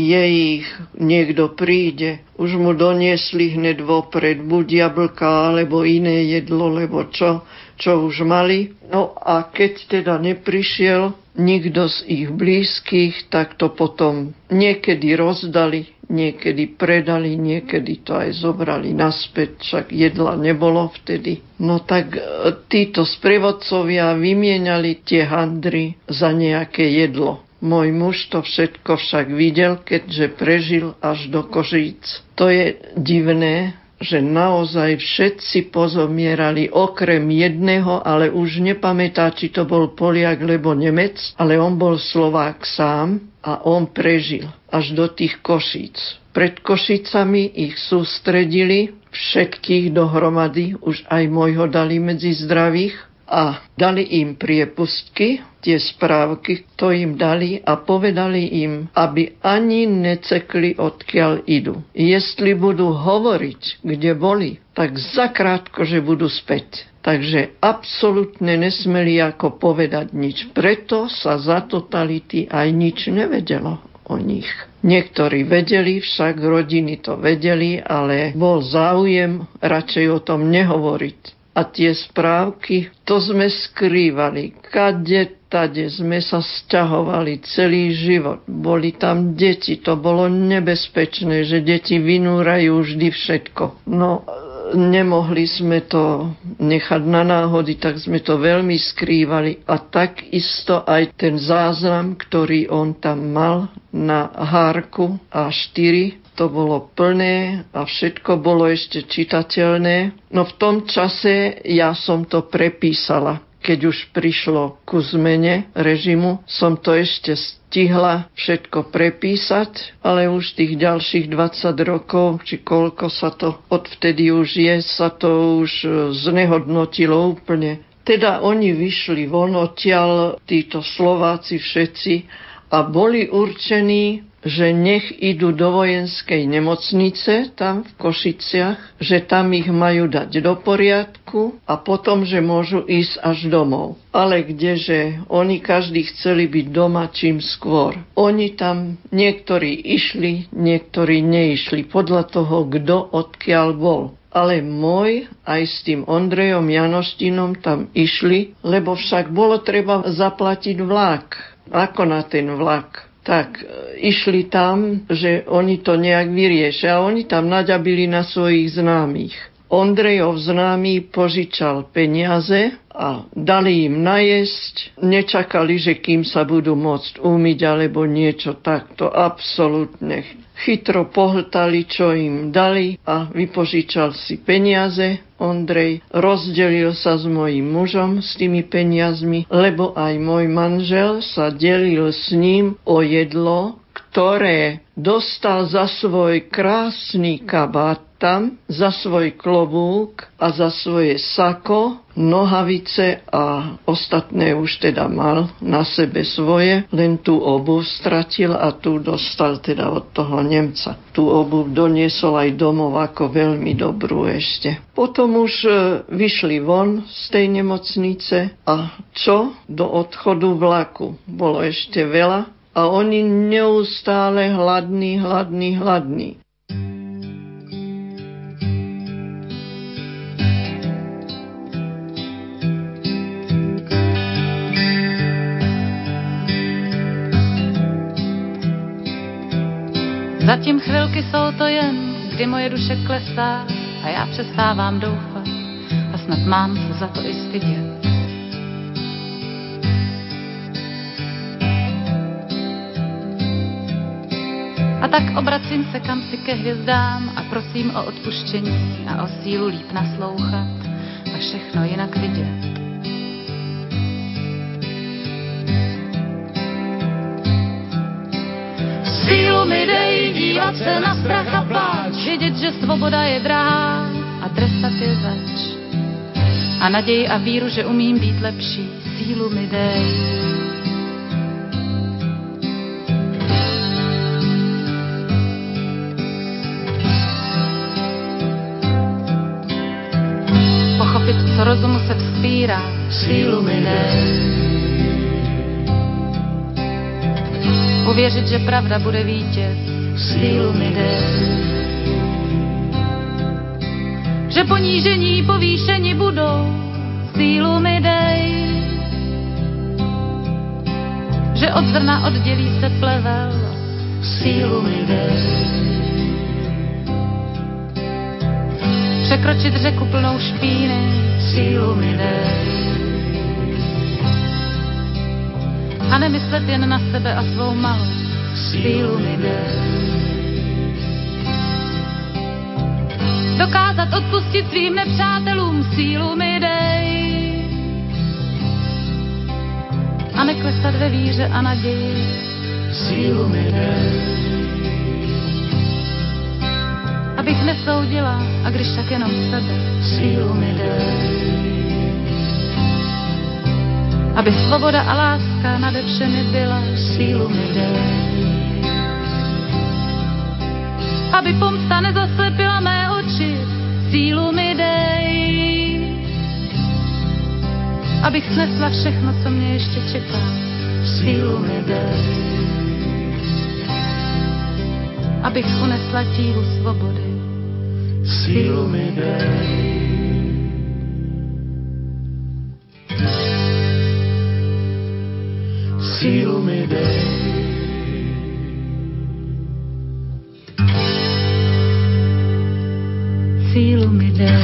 jej niekto príde. Už mu doniesli hneď vopred buď jablka alebo iné jedlo, lebo čo, čo už mali. No a keď teda neprišiel nikto z ich blízkych, tak to potom niekedy rozdali, niekedy predali, niekedy to aj zobrali naspäť, však jedla nebolo vtedy. No tak títo sprievodcovia vymieniali tie handry za nejaké jedlo. Môj muž to všetko však videl, keďže prežil až do Košíc. To je divné, že naozaj všetci pozomierali okrem jedného, ale už nepamätá, či to bol Poliak, lebo Nemec, ale on bol Slovák sám a on prežil až do tých Košíc. Pred Košicami ich sústredili všetkých dohromady, už aj môjho dali medzi zdravých a dali im priepustky, tie správky, to im dali a povedali im, aby ani necekli, odkiaľ idú. Jestli budú hovoriť, kde boli, tak zakrátko, že budú späť. Takže absolútne nesmeli ako povedať nič. Preto sa za totality aj nič nevedelo o nich. Niektorí vedeli, však rodiny to vedeli, ale bol záujem radšej o tom nehovoriť. A tie správky, to sme skrývali. Kade tade sme sa sťahovali celý život. Boli tam deti, to bolo nebezpečné, že deti vynúrajú vždy všetko. No, nemohli sme to nechať na náhody, tak sme to veľmi skrývali. A takisto aj ten záznam, ktorý on tam mal na hárku á štyri, to bolo plné a všetko bolo ešte čitateľné. No v tom čase ja som to prepísala. Keď už prišlo ku zmene režimu, som to ešte stihla všetko prepísať, ale už tých ďalších dvadsať rokov, či koľko sa to odvtedy už je, sa to už znehodnotilo úplne. Teda oni vyšli von odtiaľ, títo Slováci všetci, a boli určení, že nech idú do vojenskej nemocnice tam v Košiciach, že tam ich majú dať do poriadku a potom, že môžu ísť až domov. Ale kdeže, oni každý chceli byť doma čím skôr. Oni tam niektorí išli, niektorí neišli, podľa toho, kto odkiaľ bol. Ale môj aj s tým Ondrejom Janoštinom tam išli, lebo však bolo treba zaplatiť vlak. Ako na ten vlak? Tak išli tam, že oni to nejak vyriešia. A oni tam naďabili na svojich známych. Ondrejov známy požičal peniaze a dali im najesť. Nečakali, že kým sa budú môcť umyť alebo niečo takto. Absolútne chytro pohltali, čo im dali a vypožičal si peniaze. Ondrej rozdelil sa s mojím mužom s tými peniazmi, lebo aj môj manžel sa delil s ním o jedlo, ktoré dostal za svoj krásny kabát tam, za svoj klobúk a za svoje sako, nohavice a ostatné už teda mal na sebe svoje, len tú obuv stratil a tu dostal teda od toho Nemca. Tú obuv doniesol aj domov ako veľmi dobrú ešte. Potom už vyšli von z tej nemocnice a čo? Do odchodu vlaku. Bolo ešte veľa a oni neustále hladní, hladní, hladní. Zatím chvilky jsou to jen, kdy moje duše klesá a já přestávám doufat a snad mám se za to i stydět. A tak obracím se kam si ke hvězdám a prosím o odpuštění a o sílu líp naslouchat a všechno jinak vidět. Sílu mi dej dívat se na strach a pláč, vědět, že svoboda je drahá a trestat je zač. A naději a víru, že umím být lepší, sílu mi dej. Pochopit, co rozumu se vzpírá, sílu mi dej. Uvěřit, že pravda bude vítěz, sílu mi dej. Že ponížení povýšení budou, sílu mi dej. Že od zrna oddělí se plevel, sílu mi dej. Překročit řeku plnou špíny, sílu mi dej. A nemyslet jen na sebe a svou malost, sílu mi dej. Dokázat odpustit svým nepřátelům, sílu mi dej. A neklesat ve víře a naději, sílu mi dej. Abych nesoudila, a když tak jenom sebe, sílu mi dej. Aby svoboda a láska nade všemi byla, sílu mi dej. Aby pomsta nezaslepila mé oči, sílu mi dej. Abych snesla všechno, co mě ještě čeká, sílu mi dej. Abych unesla tíhu svobody, sílu mi dej. sílu mi dej. Sílu mi dej.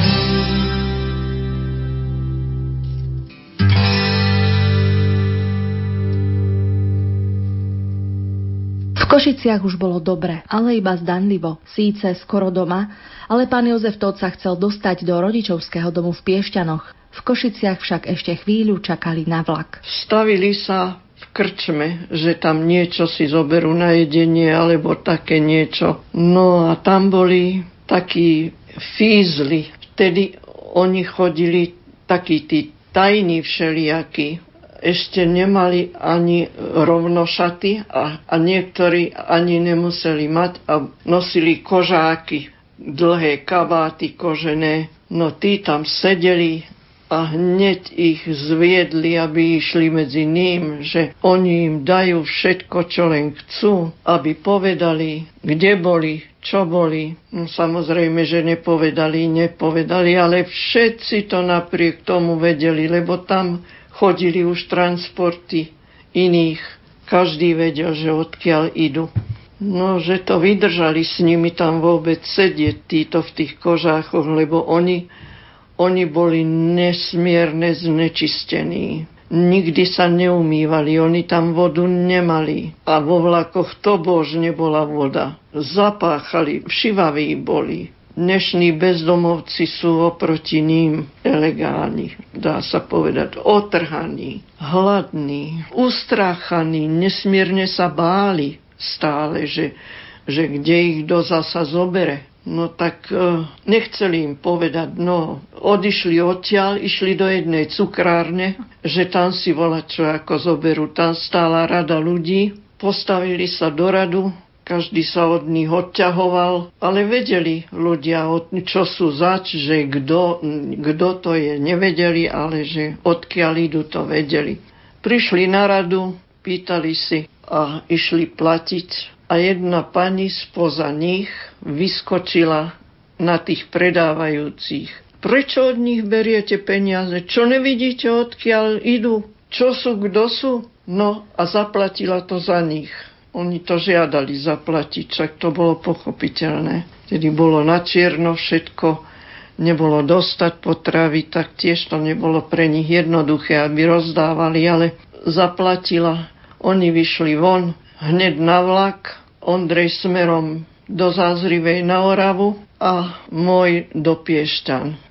V Košiciach už bolo dobre, ale iba zdanlivo. Síce skoro doma, ale pán Jozef Tóth sa chcel dostať do rodičovského domu v Piešťanoch. V Košiciach však ešte chvíľu čakali na vlak. Stavili sa v krčme, že tam niečo si zoberú na jedenie alebo také niečo. No a tam boli takí fízli. Vtedy oni chodili takí tí tajní všelijakí. Ešte nemali ani rovnošaty a, a niektorí ani nemuseli mať a nosili kožáky, dlhé kabáty kožené. No tí tam sedeli a hneď ich zviedli, aby išli medzi ním, že oni im dajú všetko, čo len chcú, aby povedali, kde boli, čo boli. No, samozrejme, že nepovedali, nepovedali, ale všetci to napriek tomu vedeli, lebo tam chodili už transporty iných. Každý vedel, že odkiaľ idú. No, že to vydržali s nimi tam vôbec sedieť, títo v tých kožáchoch, lebo oni, oni boli nesmierne znečistení. Nikdy sa neumývali, oni tam vodu nemali. A vo vlakoch to bož nebola voda. Zapáchali, šivaví boli. Dnešní bezdomovci sú oproti ním elegálni, dá sa povedať, otrhaní, hladní, ustráchaní, nesmierne sa báli stále, že, že kde ich kto zasa zobere. No tak e, nechceli im povedať, no odišli odtiaľ, išli do jednej cukrárne, že tam si volať čo ako zoberú. Tam stála rada ľudí, postavili sa do radu, každý sa od nich odťahoval, ale vedeli ľudia, čo sú zač, že kto, kto to je, nevedeli, ale že odkiaľ idú, to vedeli. Prišli na radu, pýtali si a išli platiť. A jedna pani spoza nich vyskočila na tých predávajúcich. Prečo od nich beriete peniaze? Čo nevidíte, odkiaľ idú? Čo sú, kto sú? No a zaplatila to za nich. Oni to žiadali zaplatiť, čak to bolo pochopiteľné. Tedy bolo na čierno všetko, nebolo dostať potravy, tak tiež to nebolo pre nich jednoduché, aby rozdávali, ale zaplatila. Oni vyšli von, hneď na vlak, Ondrej smerom do Zázrivej na Oravu a môj do Piešťan.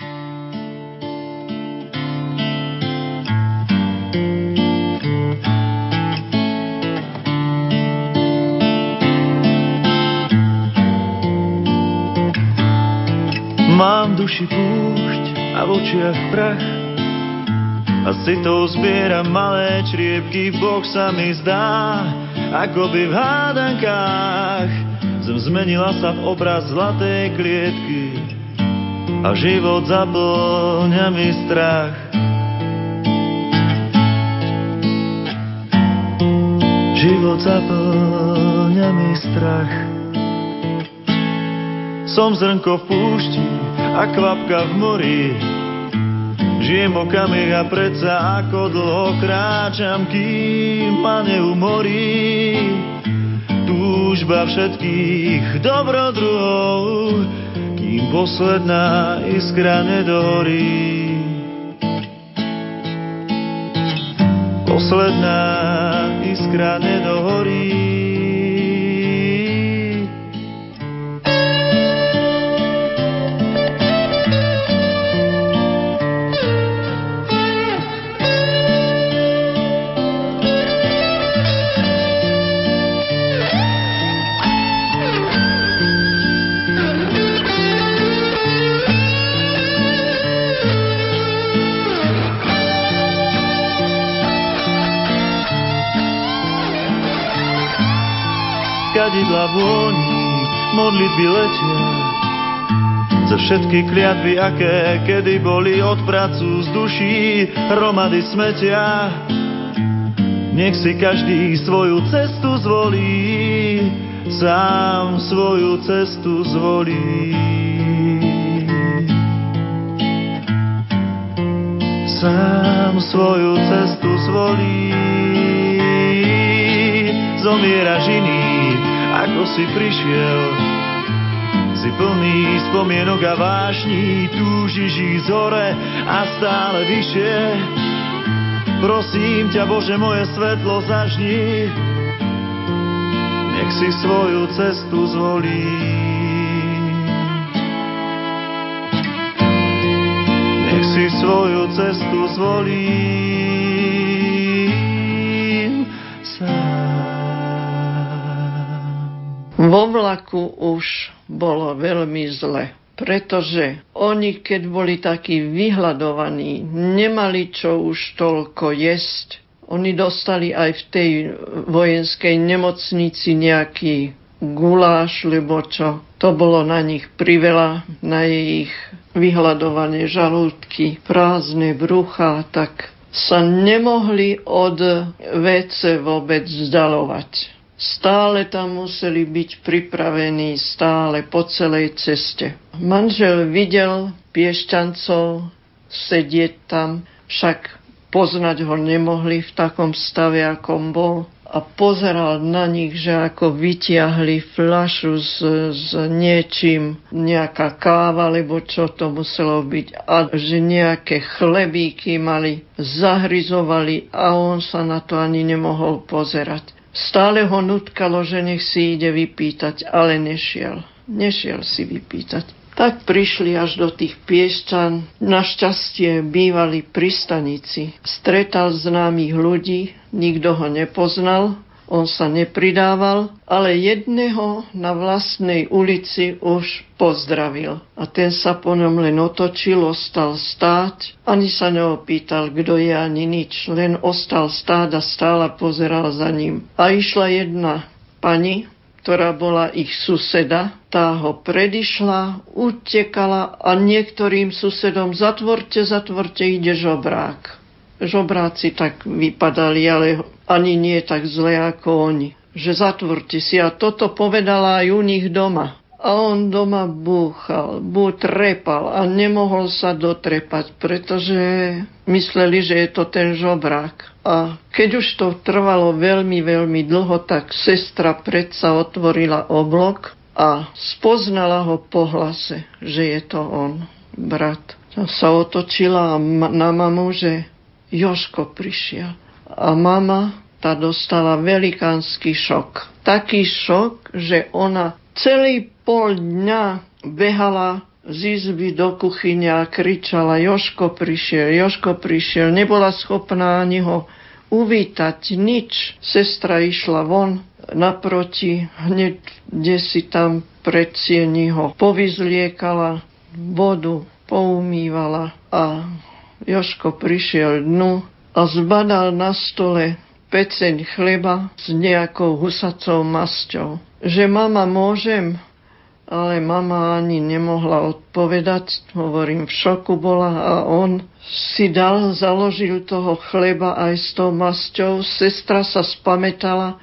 Mám v duši púšť a v očiach prach a s citou zbieram malé čriepky. Boh sa mi zdá, ako by v hádankách zem zmenila sa v obraz zlatej klietky a život zaplňa mi strach. Život zaplňa mi strach. Som zrnko v púšti a kvapka v mori. Žijem okamih a predsa ako dlho kráčam, kým ma neumorí túžba všetkých dobrodruhov, kým posledná iskra nedohorí. Posledná iskra nedohorí. Kadidla vôni, modlitby letia, za všetky kliatby, aké kedy boli, od pracu z duší hromady smetia. Nech si každý svoju cestu zvolí, sám svoju cestu zvolí. Sám svoju cestu zvolí. zomieraš iný, ako si prišiel. Si plný spomienok a vášní, túžiš ísť hore a stále vyššie. Prosím ťa, Bože, moje svetlo zažni, nech si svoju cestu zvolí. Nech si svoju cestu zvolím sám. Vo vlaku už bolo veľmi zle, pretože oni, keď boli takí vyhľadovaní, nemali čo už toľko jesť. Oni dostali aj v tej vojenskej nemocnici nejaký guláš, lebo čo, to bolo na nich priveľa, na ich vyhľadované žalúdky, prázdne brucha, tak sa nemohli od vé cé vôbec vzdalovať. Stále tam museli byť pripravení, stále po celej ceste. Manžel videl Piešťancov sedieť tam, však poznať ho nemohli v takom stave, akom bol. A pozeral na nich, že ako vytiahli fľašu s, s niečím, nejaká káva, lebo čo to muselo byť. A že nejaké chlebíky mali, zahryzovali a on sa na to ani nemohol pozerať. Stále ho nutkalo, že nech si ide vypýtať, ale nešiel. Nešiel si vypýtať. Tak prišli až do tých Piešťan. Našťastie bývali pri stanici. Stretal známych ľudí, nikto ho nepoznal, on sa nepridával, ale jedného na vlastnej ulici už pozdravil. A ten sa po ňom len otočil, ostal stáť, ani sa neopýtal, kto je, ani nič, len ostal stáť a stál a pozeral za ním. A išla jedna pani, ktorá bola ich suseda, tá ho predišla, utekala a niektorým susedom zatvorte, zatvorte, ide žobrák. Žobráci tak vypadali, ale ani nie tak zle ako oni. Že zatvorte si. A toto povedala aj u nich doma. A on doma búchal, bú trepal a nemohol sa dotrepať, pretože mysleli, že je to ten žobrák. A keď už to trvalo veľmi, veľmi dlho, tak sestra predsa otvorila oblok a spoznala ho po hlase, že je to on, brat. A sa otočila na mamu, že Jožko prišiel. A mama, tá dostala velikánsky šok. Taký šok, že ona celý pol dňa behala z izby do kuchyne a kričala Jožko prišiel, Jožko prišiel. Nebola schopná ani ho uvítať, nič. Sestra išla von naproti, hneď kde si tam pred sieni ho povyzliekala, vodu poumývala a Jožko prišiel dnu a zbadal na stole peceň chleba s nejakou husacou masťou. Že mama, môžem? Ale mama ani nemohla odpovedať, hovorím, v šoku bola a on si dal, založil toho chleba aj s tou masťou. Sestra sa spamätala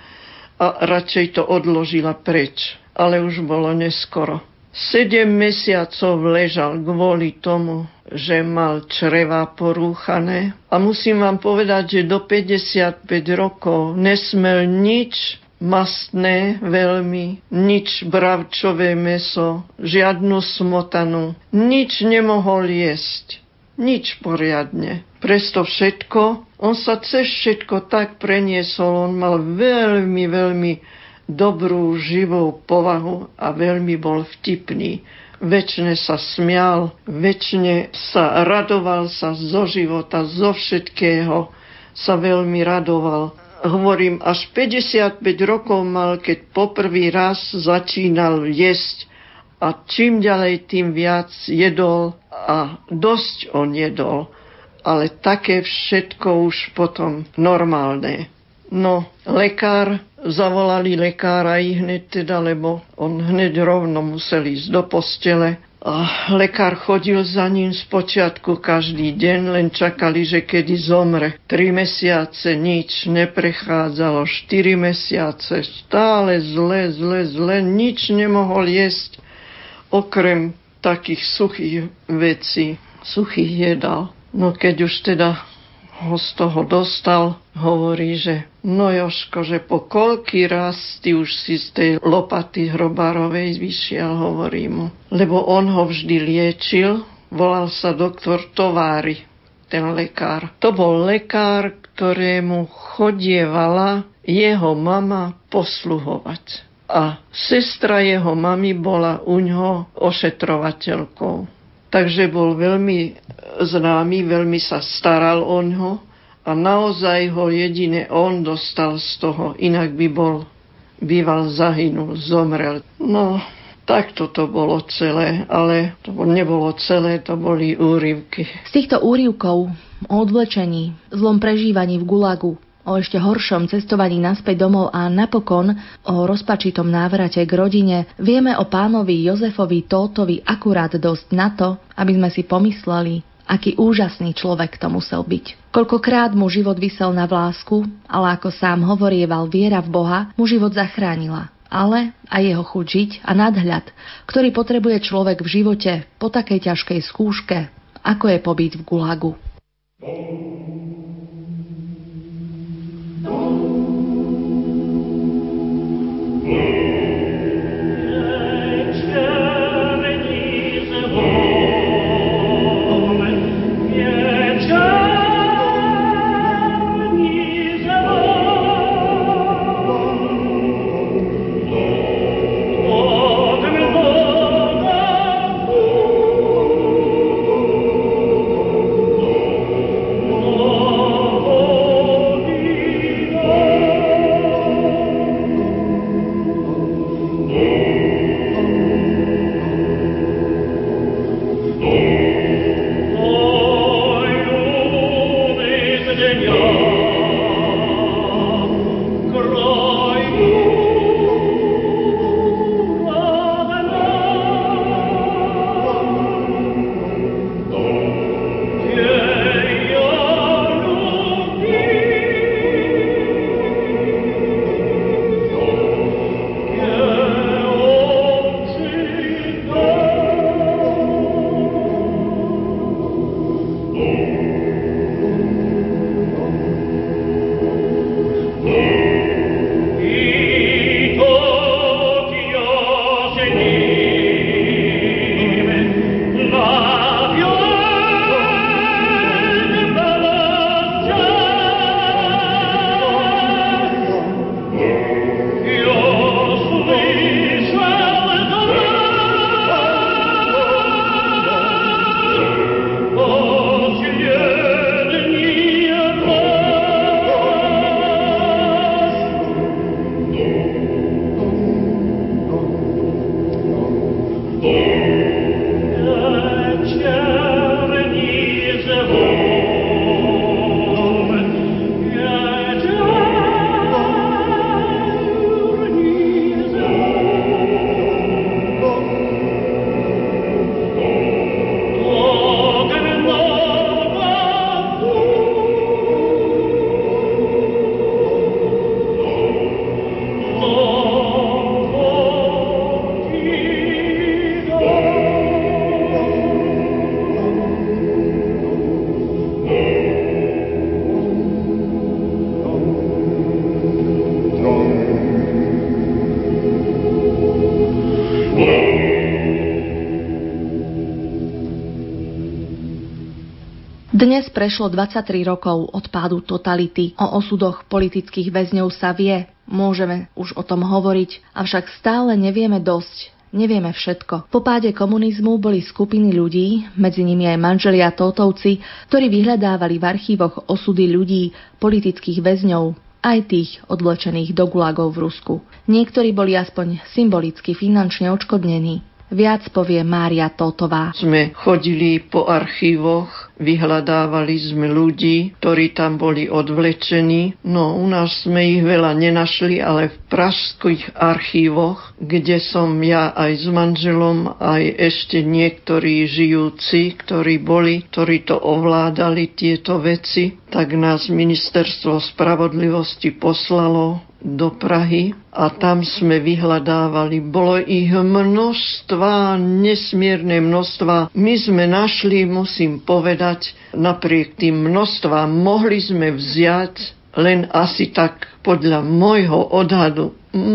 a radšej to odložila preč, ale už bolo neskoro. Sedem mesiacov ležal kvôli tomu, že mal črevá porúchané. A musím vám povedať, že do päťdesiatpäť rokov nesmel nič mastné veľmi, nič bravčové mäso, žiadnu smotanu, nič nemohol jesť, nič poriadne. Presto všetko, on sa cez všetko tak preniesol, on mal veľmi, veľmi dobrú, živou povahu a veľmi bol vtipný. Večne sa smial, večne sa radoval sa zo života, zo všetkého sa veľmi radoval. Hovorím, až päťdesiatpäť rokov mal, keď poprvý raz začínal jesť a čím ďalej, tým viac jedol a dosť on jedol, ale také všetko už potom normálne. No, lekár, zavolali lekára i hneď teda, lebo on hneď rovno musel ísť do postele. A lekár chodil za ním spočiatku každý deň, len čakali, že kedy zomre. Tri mesiace nič neprechádzalo, štyri mesiace stále zle, zle, zle, nič nemohol jesť, okrem takých suchých vecí, suchých jedál. No keď už teda ho z toho dostal, hovorí, že no Jožko, že po koľký raz ty už si z tej lopaty hrobárovej vyšiel, hovorí mu. Lebo on ho vždy liečil, volal sa doktor Továri, ten lekár. To bol lekár, ktorému chodievala jeho mama posluhovať. A sestra jeho mamy bola uňho ošetrovateľkou. Takže bol veľmi známy, veľmi sa staral o ňo a naozaj ho jedine on dostal z toho, inak by bol, býval zahynul, zomrel. No, takto to bolo celé, ale to nebolo celé, to boli úryvky. Z týchto úryvkov o odvlečení, zlom prežívaní v Gulagu, o ešte horšom cestovaní naspäť domov a napokon o rozpačitom návrate k rodine vieme o pánovi Jozefovi Tótovi akurát dosť na to, aby sme si pomysleli, aký úžasný človek to musel byť. Koľkokrát mu život visel na vlásku, ale ako sám hovorieval, viera v Boha mu život zachránila. Ale aj jeho chuť žiť a nadhľad, ktorý potrebuje človek v živote po takej ťažkej skúške, ako je pobyt v Gulagu. Dnes prešlo dvadsaťtri rokov od pádu totality. O osudoch politických väzňov sa vie, môžeme už o tom hovoriť, avšak stále nevieme dosť, nevieme všetko. Po páde komunizmu boli skupiny ľudí, medzi nimi aj manželia Tótovci, ktorí vyhľadávali v archívoch osudy ľudí, politických väzňov, aj tých odvlečených do gulagov v Rusku. Niektorí boli aspoň symbolicky finančne odškodnení. Viac povie Mária Tótová. Sme chodili po archívoch, vyhľadávali sme ľudí, ktorí tam boli odvlečení. No, u nás sme ich veľa nenašli, ale v pražských archívoch, kde som ja aj s manželom, aj ešte niektorí žijúci, ktorí boli, ktorí to ovládali, tieto veci, tak nás Ministerstvo spravodlivosti poslalo do Prahy a tam sme vyhľadávali. Bolo ich množstva, nesmierne množstva. My sme našli, musím povedať, napriek tým množstvám mohli sme vziať len asi tak podľa môjho odhadu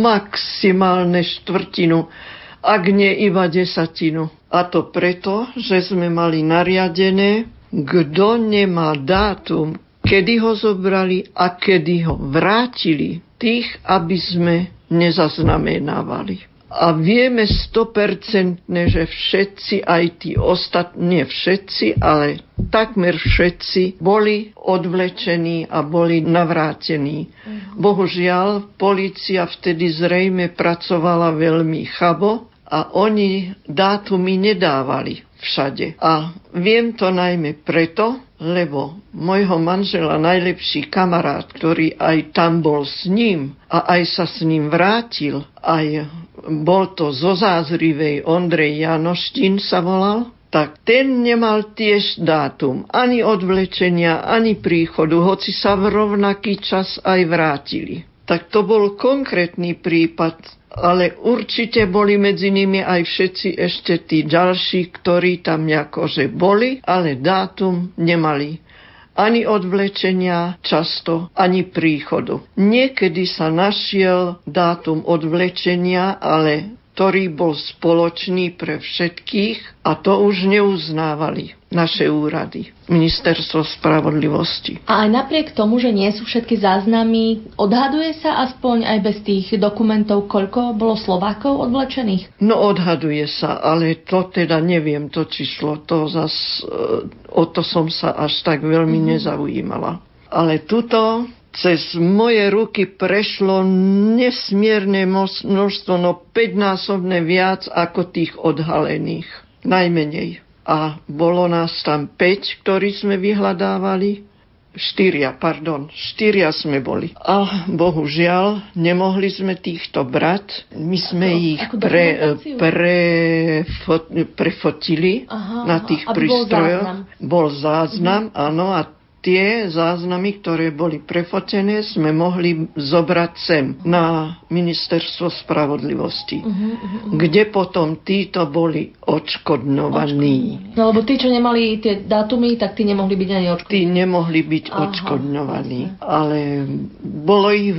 maximálne štvrtinu, ak nie iba desatinu. A to preto, že sme mali nariadené, kto nemá dátum, kedy ho zobrali a kedy ho vrátili, tých, aby sme nezaznamenávali. A vieme sto percent, že všetci, aj tí ostatní, nie všetci, ale takmer všetci boli odvlečení a boli navrátení. Mm. Bohužiaľ, polícia vtedy zrejme pracovala veľmi chabo a oni dátumy nedávali všade. A viem to najmä preto, lebo môjho manžela najlepší kamarát, ktorý aj tam bol s ním a aj sa s ním vrátil, aj bol to zo Zázrivej, Ondrej Janoštín sa volal, tak ten nemal tiež dátum ani odvlečenia, ani príchodu, hoci sa v rovnaký čas aj vrátili. Tak to bol konkrétny prípad, ale určite boli medzi nimi aj všetci ešte tí ďalší, ktorí tam akože boli, ale dátum nemali. Ani odvlečenia často, ani príchodu. Niekedy sa našiel dátum odvlečenia, ale ktorý bol spoločný pre všetkých a to už neuznávali naše úrady, Ministerstvo spravodlivosti. A aj napriek tomu, že nie sú všetky záznamy, odhaduje sa aspoň aj bez tých dokumentov, koľko bolo Slovákov odvlečených? No odhaduje sa, ale to teda neviem, to číslo, to zas, o to som sa až tak veľmi mm-hmm. nezaujímala. Ale tuto cez moje ruky prešlo nesmierne množstvo, no päťnásobne viac ako tých odhalených. Najmenej. A bolo nás tam päť, ktorí sme vyhľadávali. Štyria, pardon, štyria sme boli. A bohužiaľ, nemohli sme týchto brať. My sme ako, ich ako pre, pre, fot, prefotili aha, na tých prístrojoch. Bol záznam, mhm. áno, a tie záznamy, ktoré boli prefotené, sme mohli zobrať sem na Ministerstvo spravodlivosti, uh-huh, uh-huh. kde potom títo boli odškodňovaní. No lebo tí, čo nemali tie dátumy, tak tí nemohli byť ani odškodňovaní. Tí nemohli byť aha, odškodňovaní, jasne. Ale bolo ich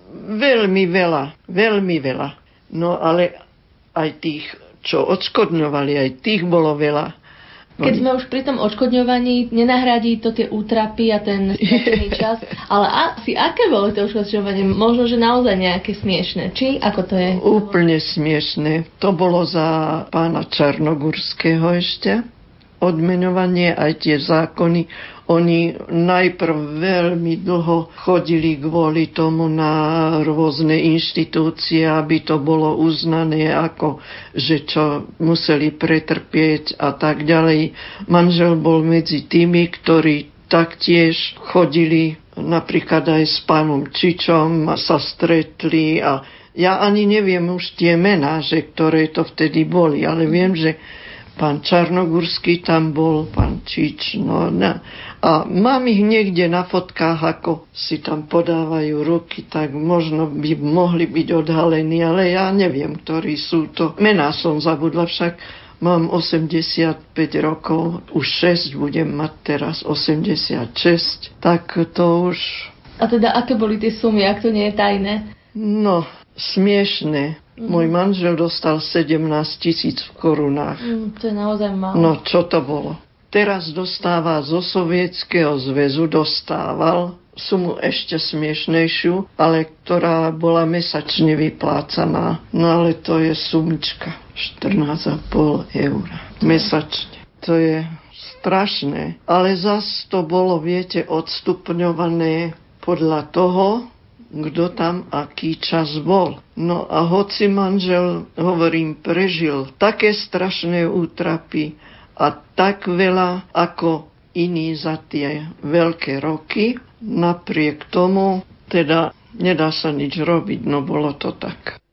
veľmi veľa, veľmi veľa. No ale aj tých, čo odškodňovali, aj tých bolo veľa. Keď sme už pri tom odškodňovaní, nenahradí to tie útrapy a ten stratený čas, ale asi aké bolo to odškodňovanie? Možno, že naozaj nejaké smiešné. Či ako to je? Úplne smiešné. To bolo za pána Čarnogurského ešte. Odmeňovanie, aj tie zákony. Oni najprv veľmi dlho chodili kvôli tomu na rôzne inštitúcie, aby to bolo uznané ako, že čo museli pretrpieť a tak ďalej. Manžel bol medzi tými, ktorí taktiež chodili napríklad aj s pánom Čičom a sa stretli a ja ani neviem už tie mená, že ktoré to vtedy boli, ale viem, že pán Čarnogurský tam bol, pán Čič, no, no. A mám ich niekde na fotkách, ako si tam podávajú ruky, tak možno by mohli byť odhalení, ale ja neviem, ktorí sú to. Mená som zabudla, však mám osemdesiatpäť rokov, už šesť budem mať teraz, osemdesiatšesť, tak to už... A teda aké boli tie sumy, ak to nie je tajné? No, smiešné. Mm. Môj manžel dostal sedemnásť tisíc v korunách. Mm, to je naozaj málo. No, čo to bolo? Teraz dostáva zo Sovietskeho zväzu, dostával sumu ešte smiešnejšiu, ale ktorá bola mesačne vyplácaná. No ale to je sumička, štrnásť a pol eur mesačne. To je strašné. Ale zas to bolo, viete, odstupňované podľa toho, kto tam aký čas bol. No a hoci manžel, hovorím, prežil také strašné útrapy a tak veľa ako iní za tie veľké roky, napriek tomu teda nedá sa nič robiť, no bolo to tak.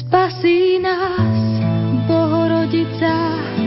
spasí nás Bohorodica.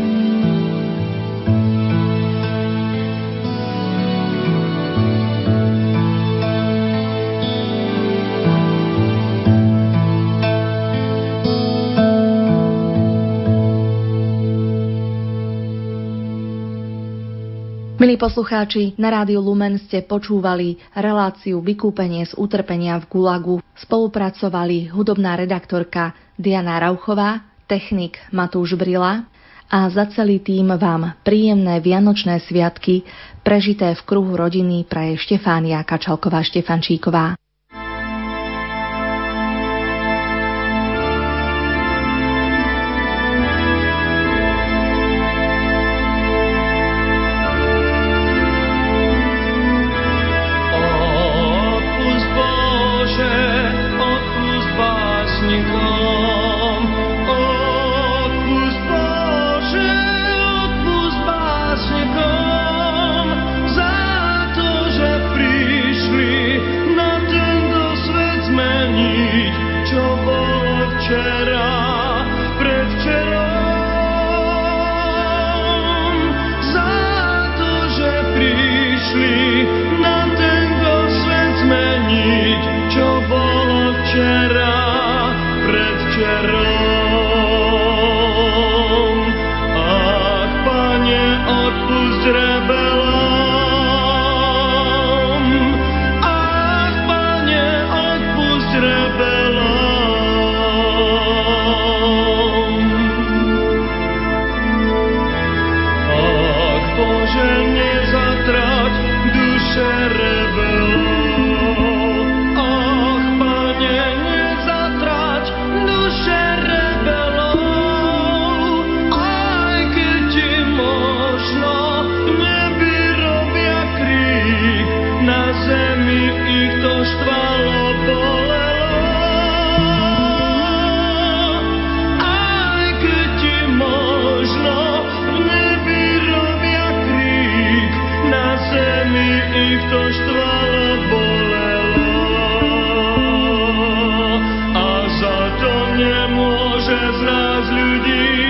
Milí poslucháči, na Rádiu Lumen ste počúvali reláciu Vykúpenie z utrpenia v Gulagu. Spolupracovali hudobná redaktorka Diana Rauchová, technik Matúš Brila a za celý tým vám príjemné vianočné sviatky prežité v kruhu rodiny praje Štefánia Kačalková-Štefančíková. Nemôže z nás ľudí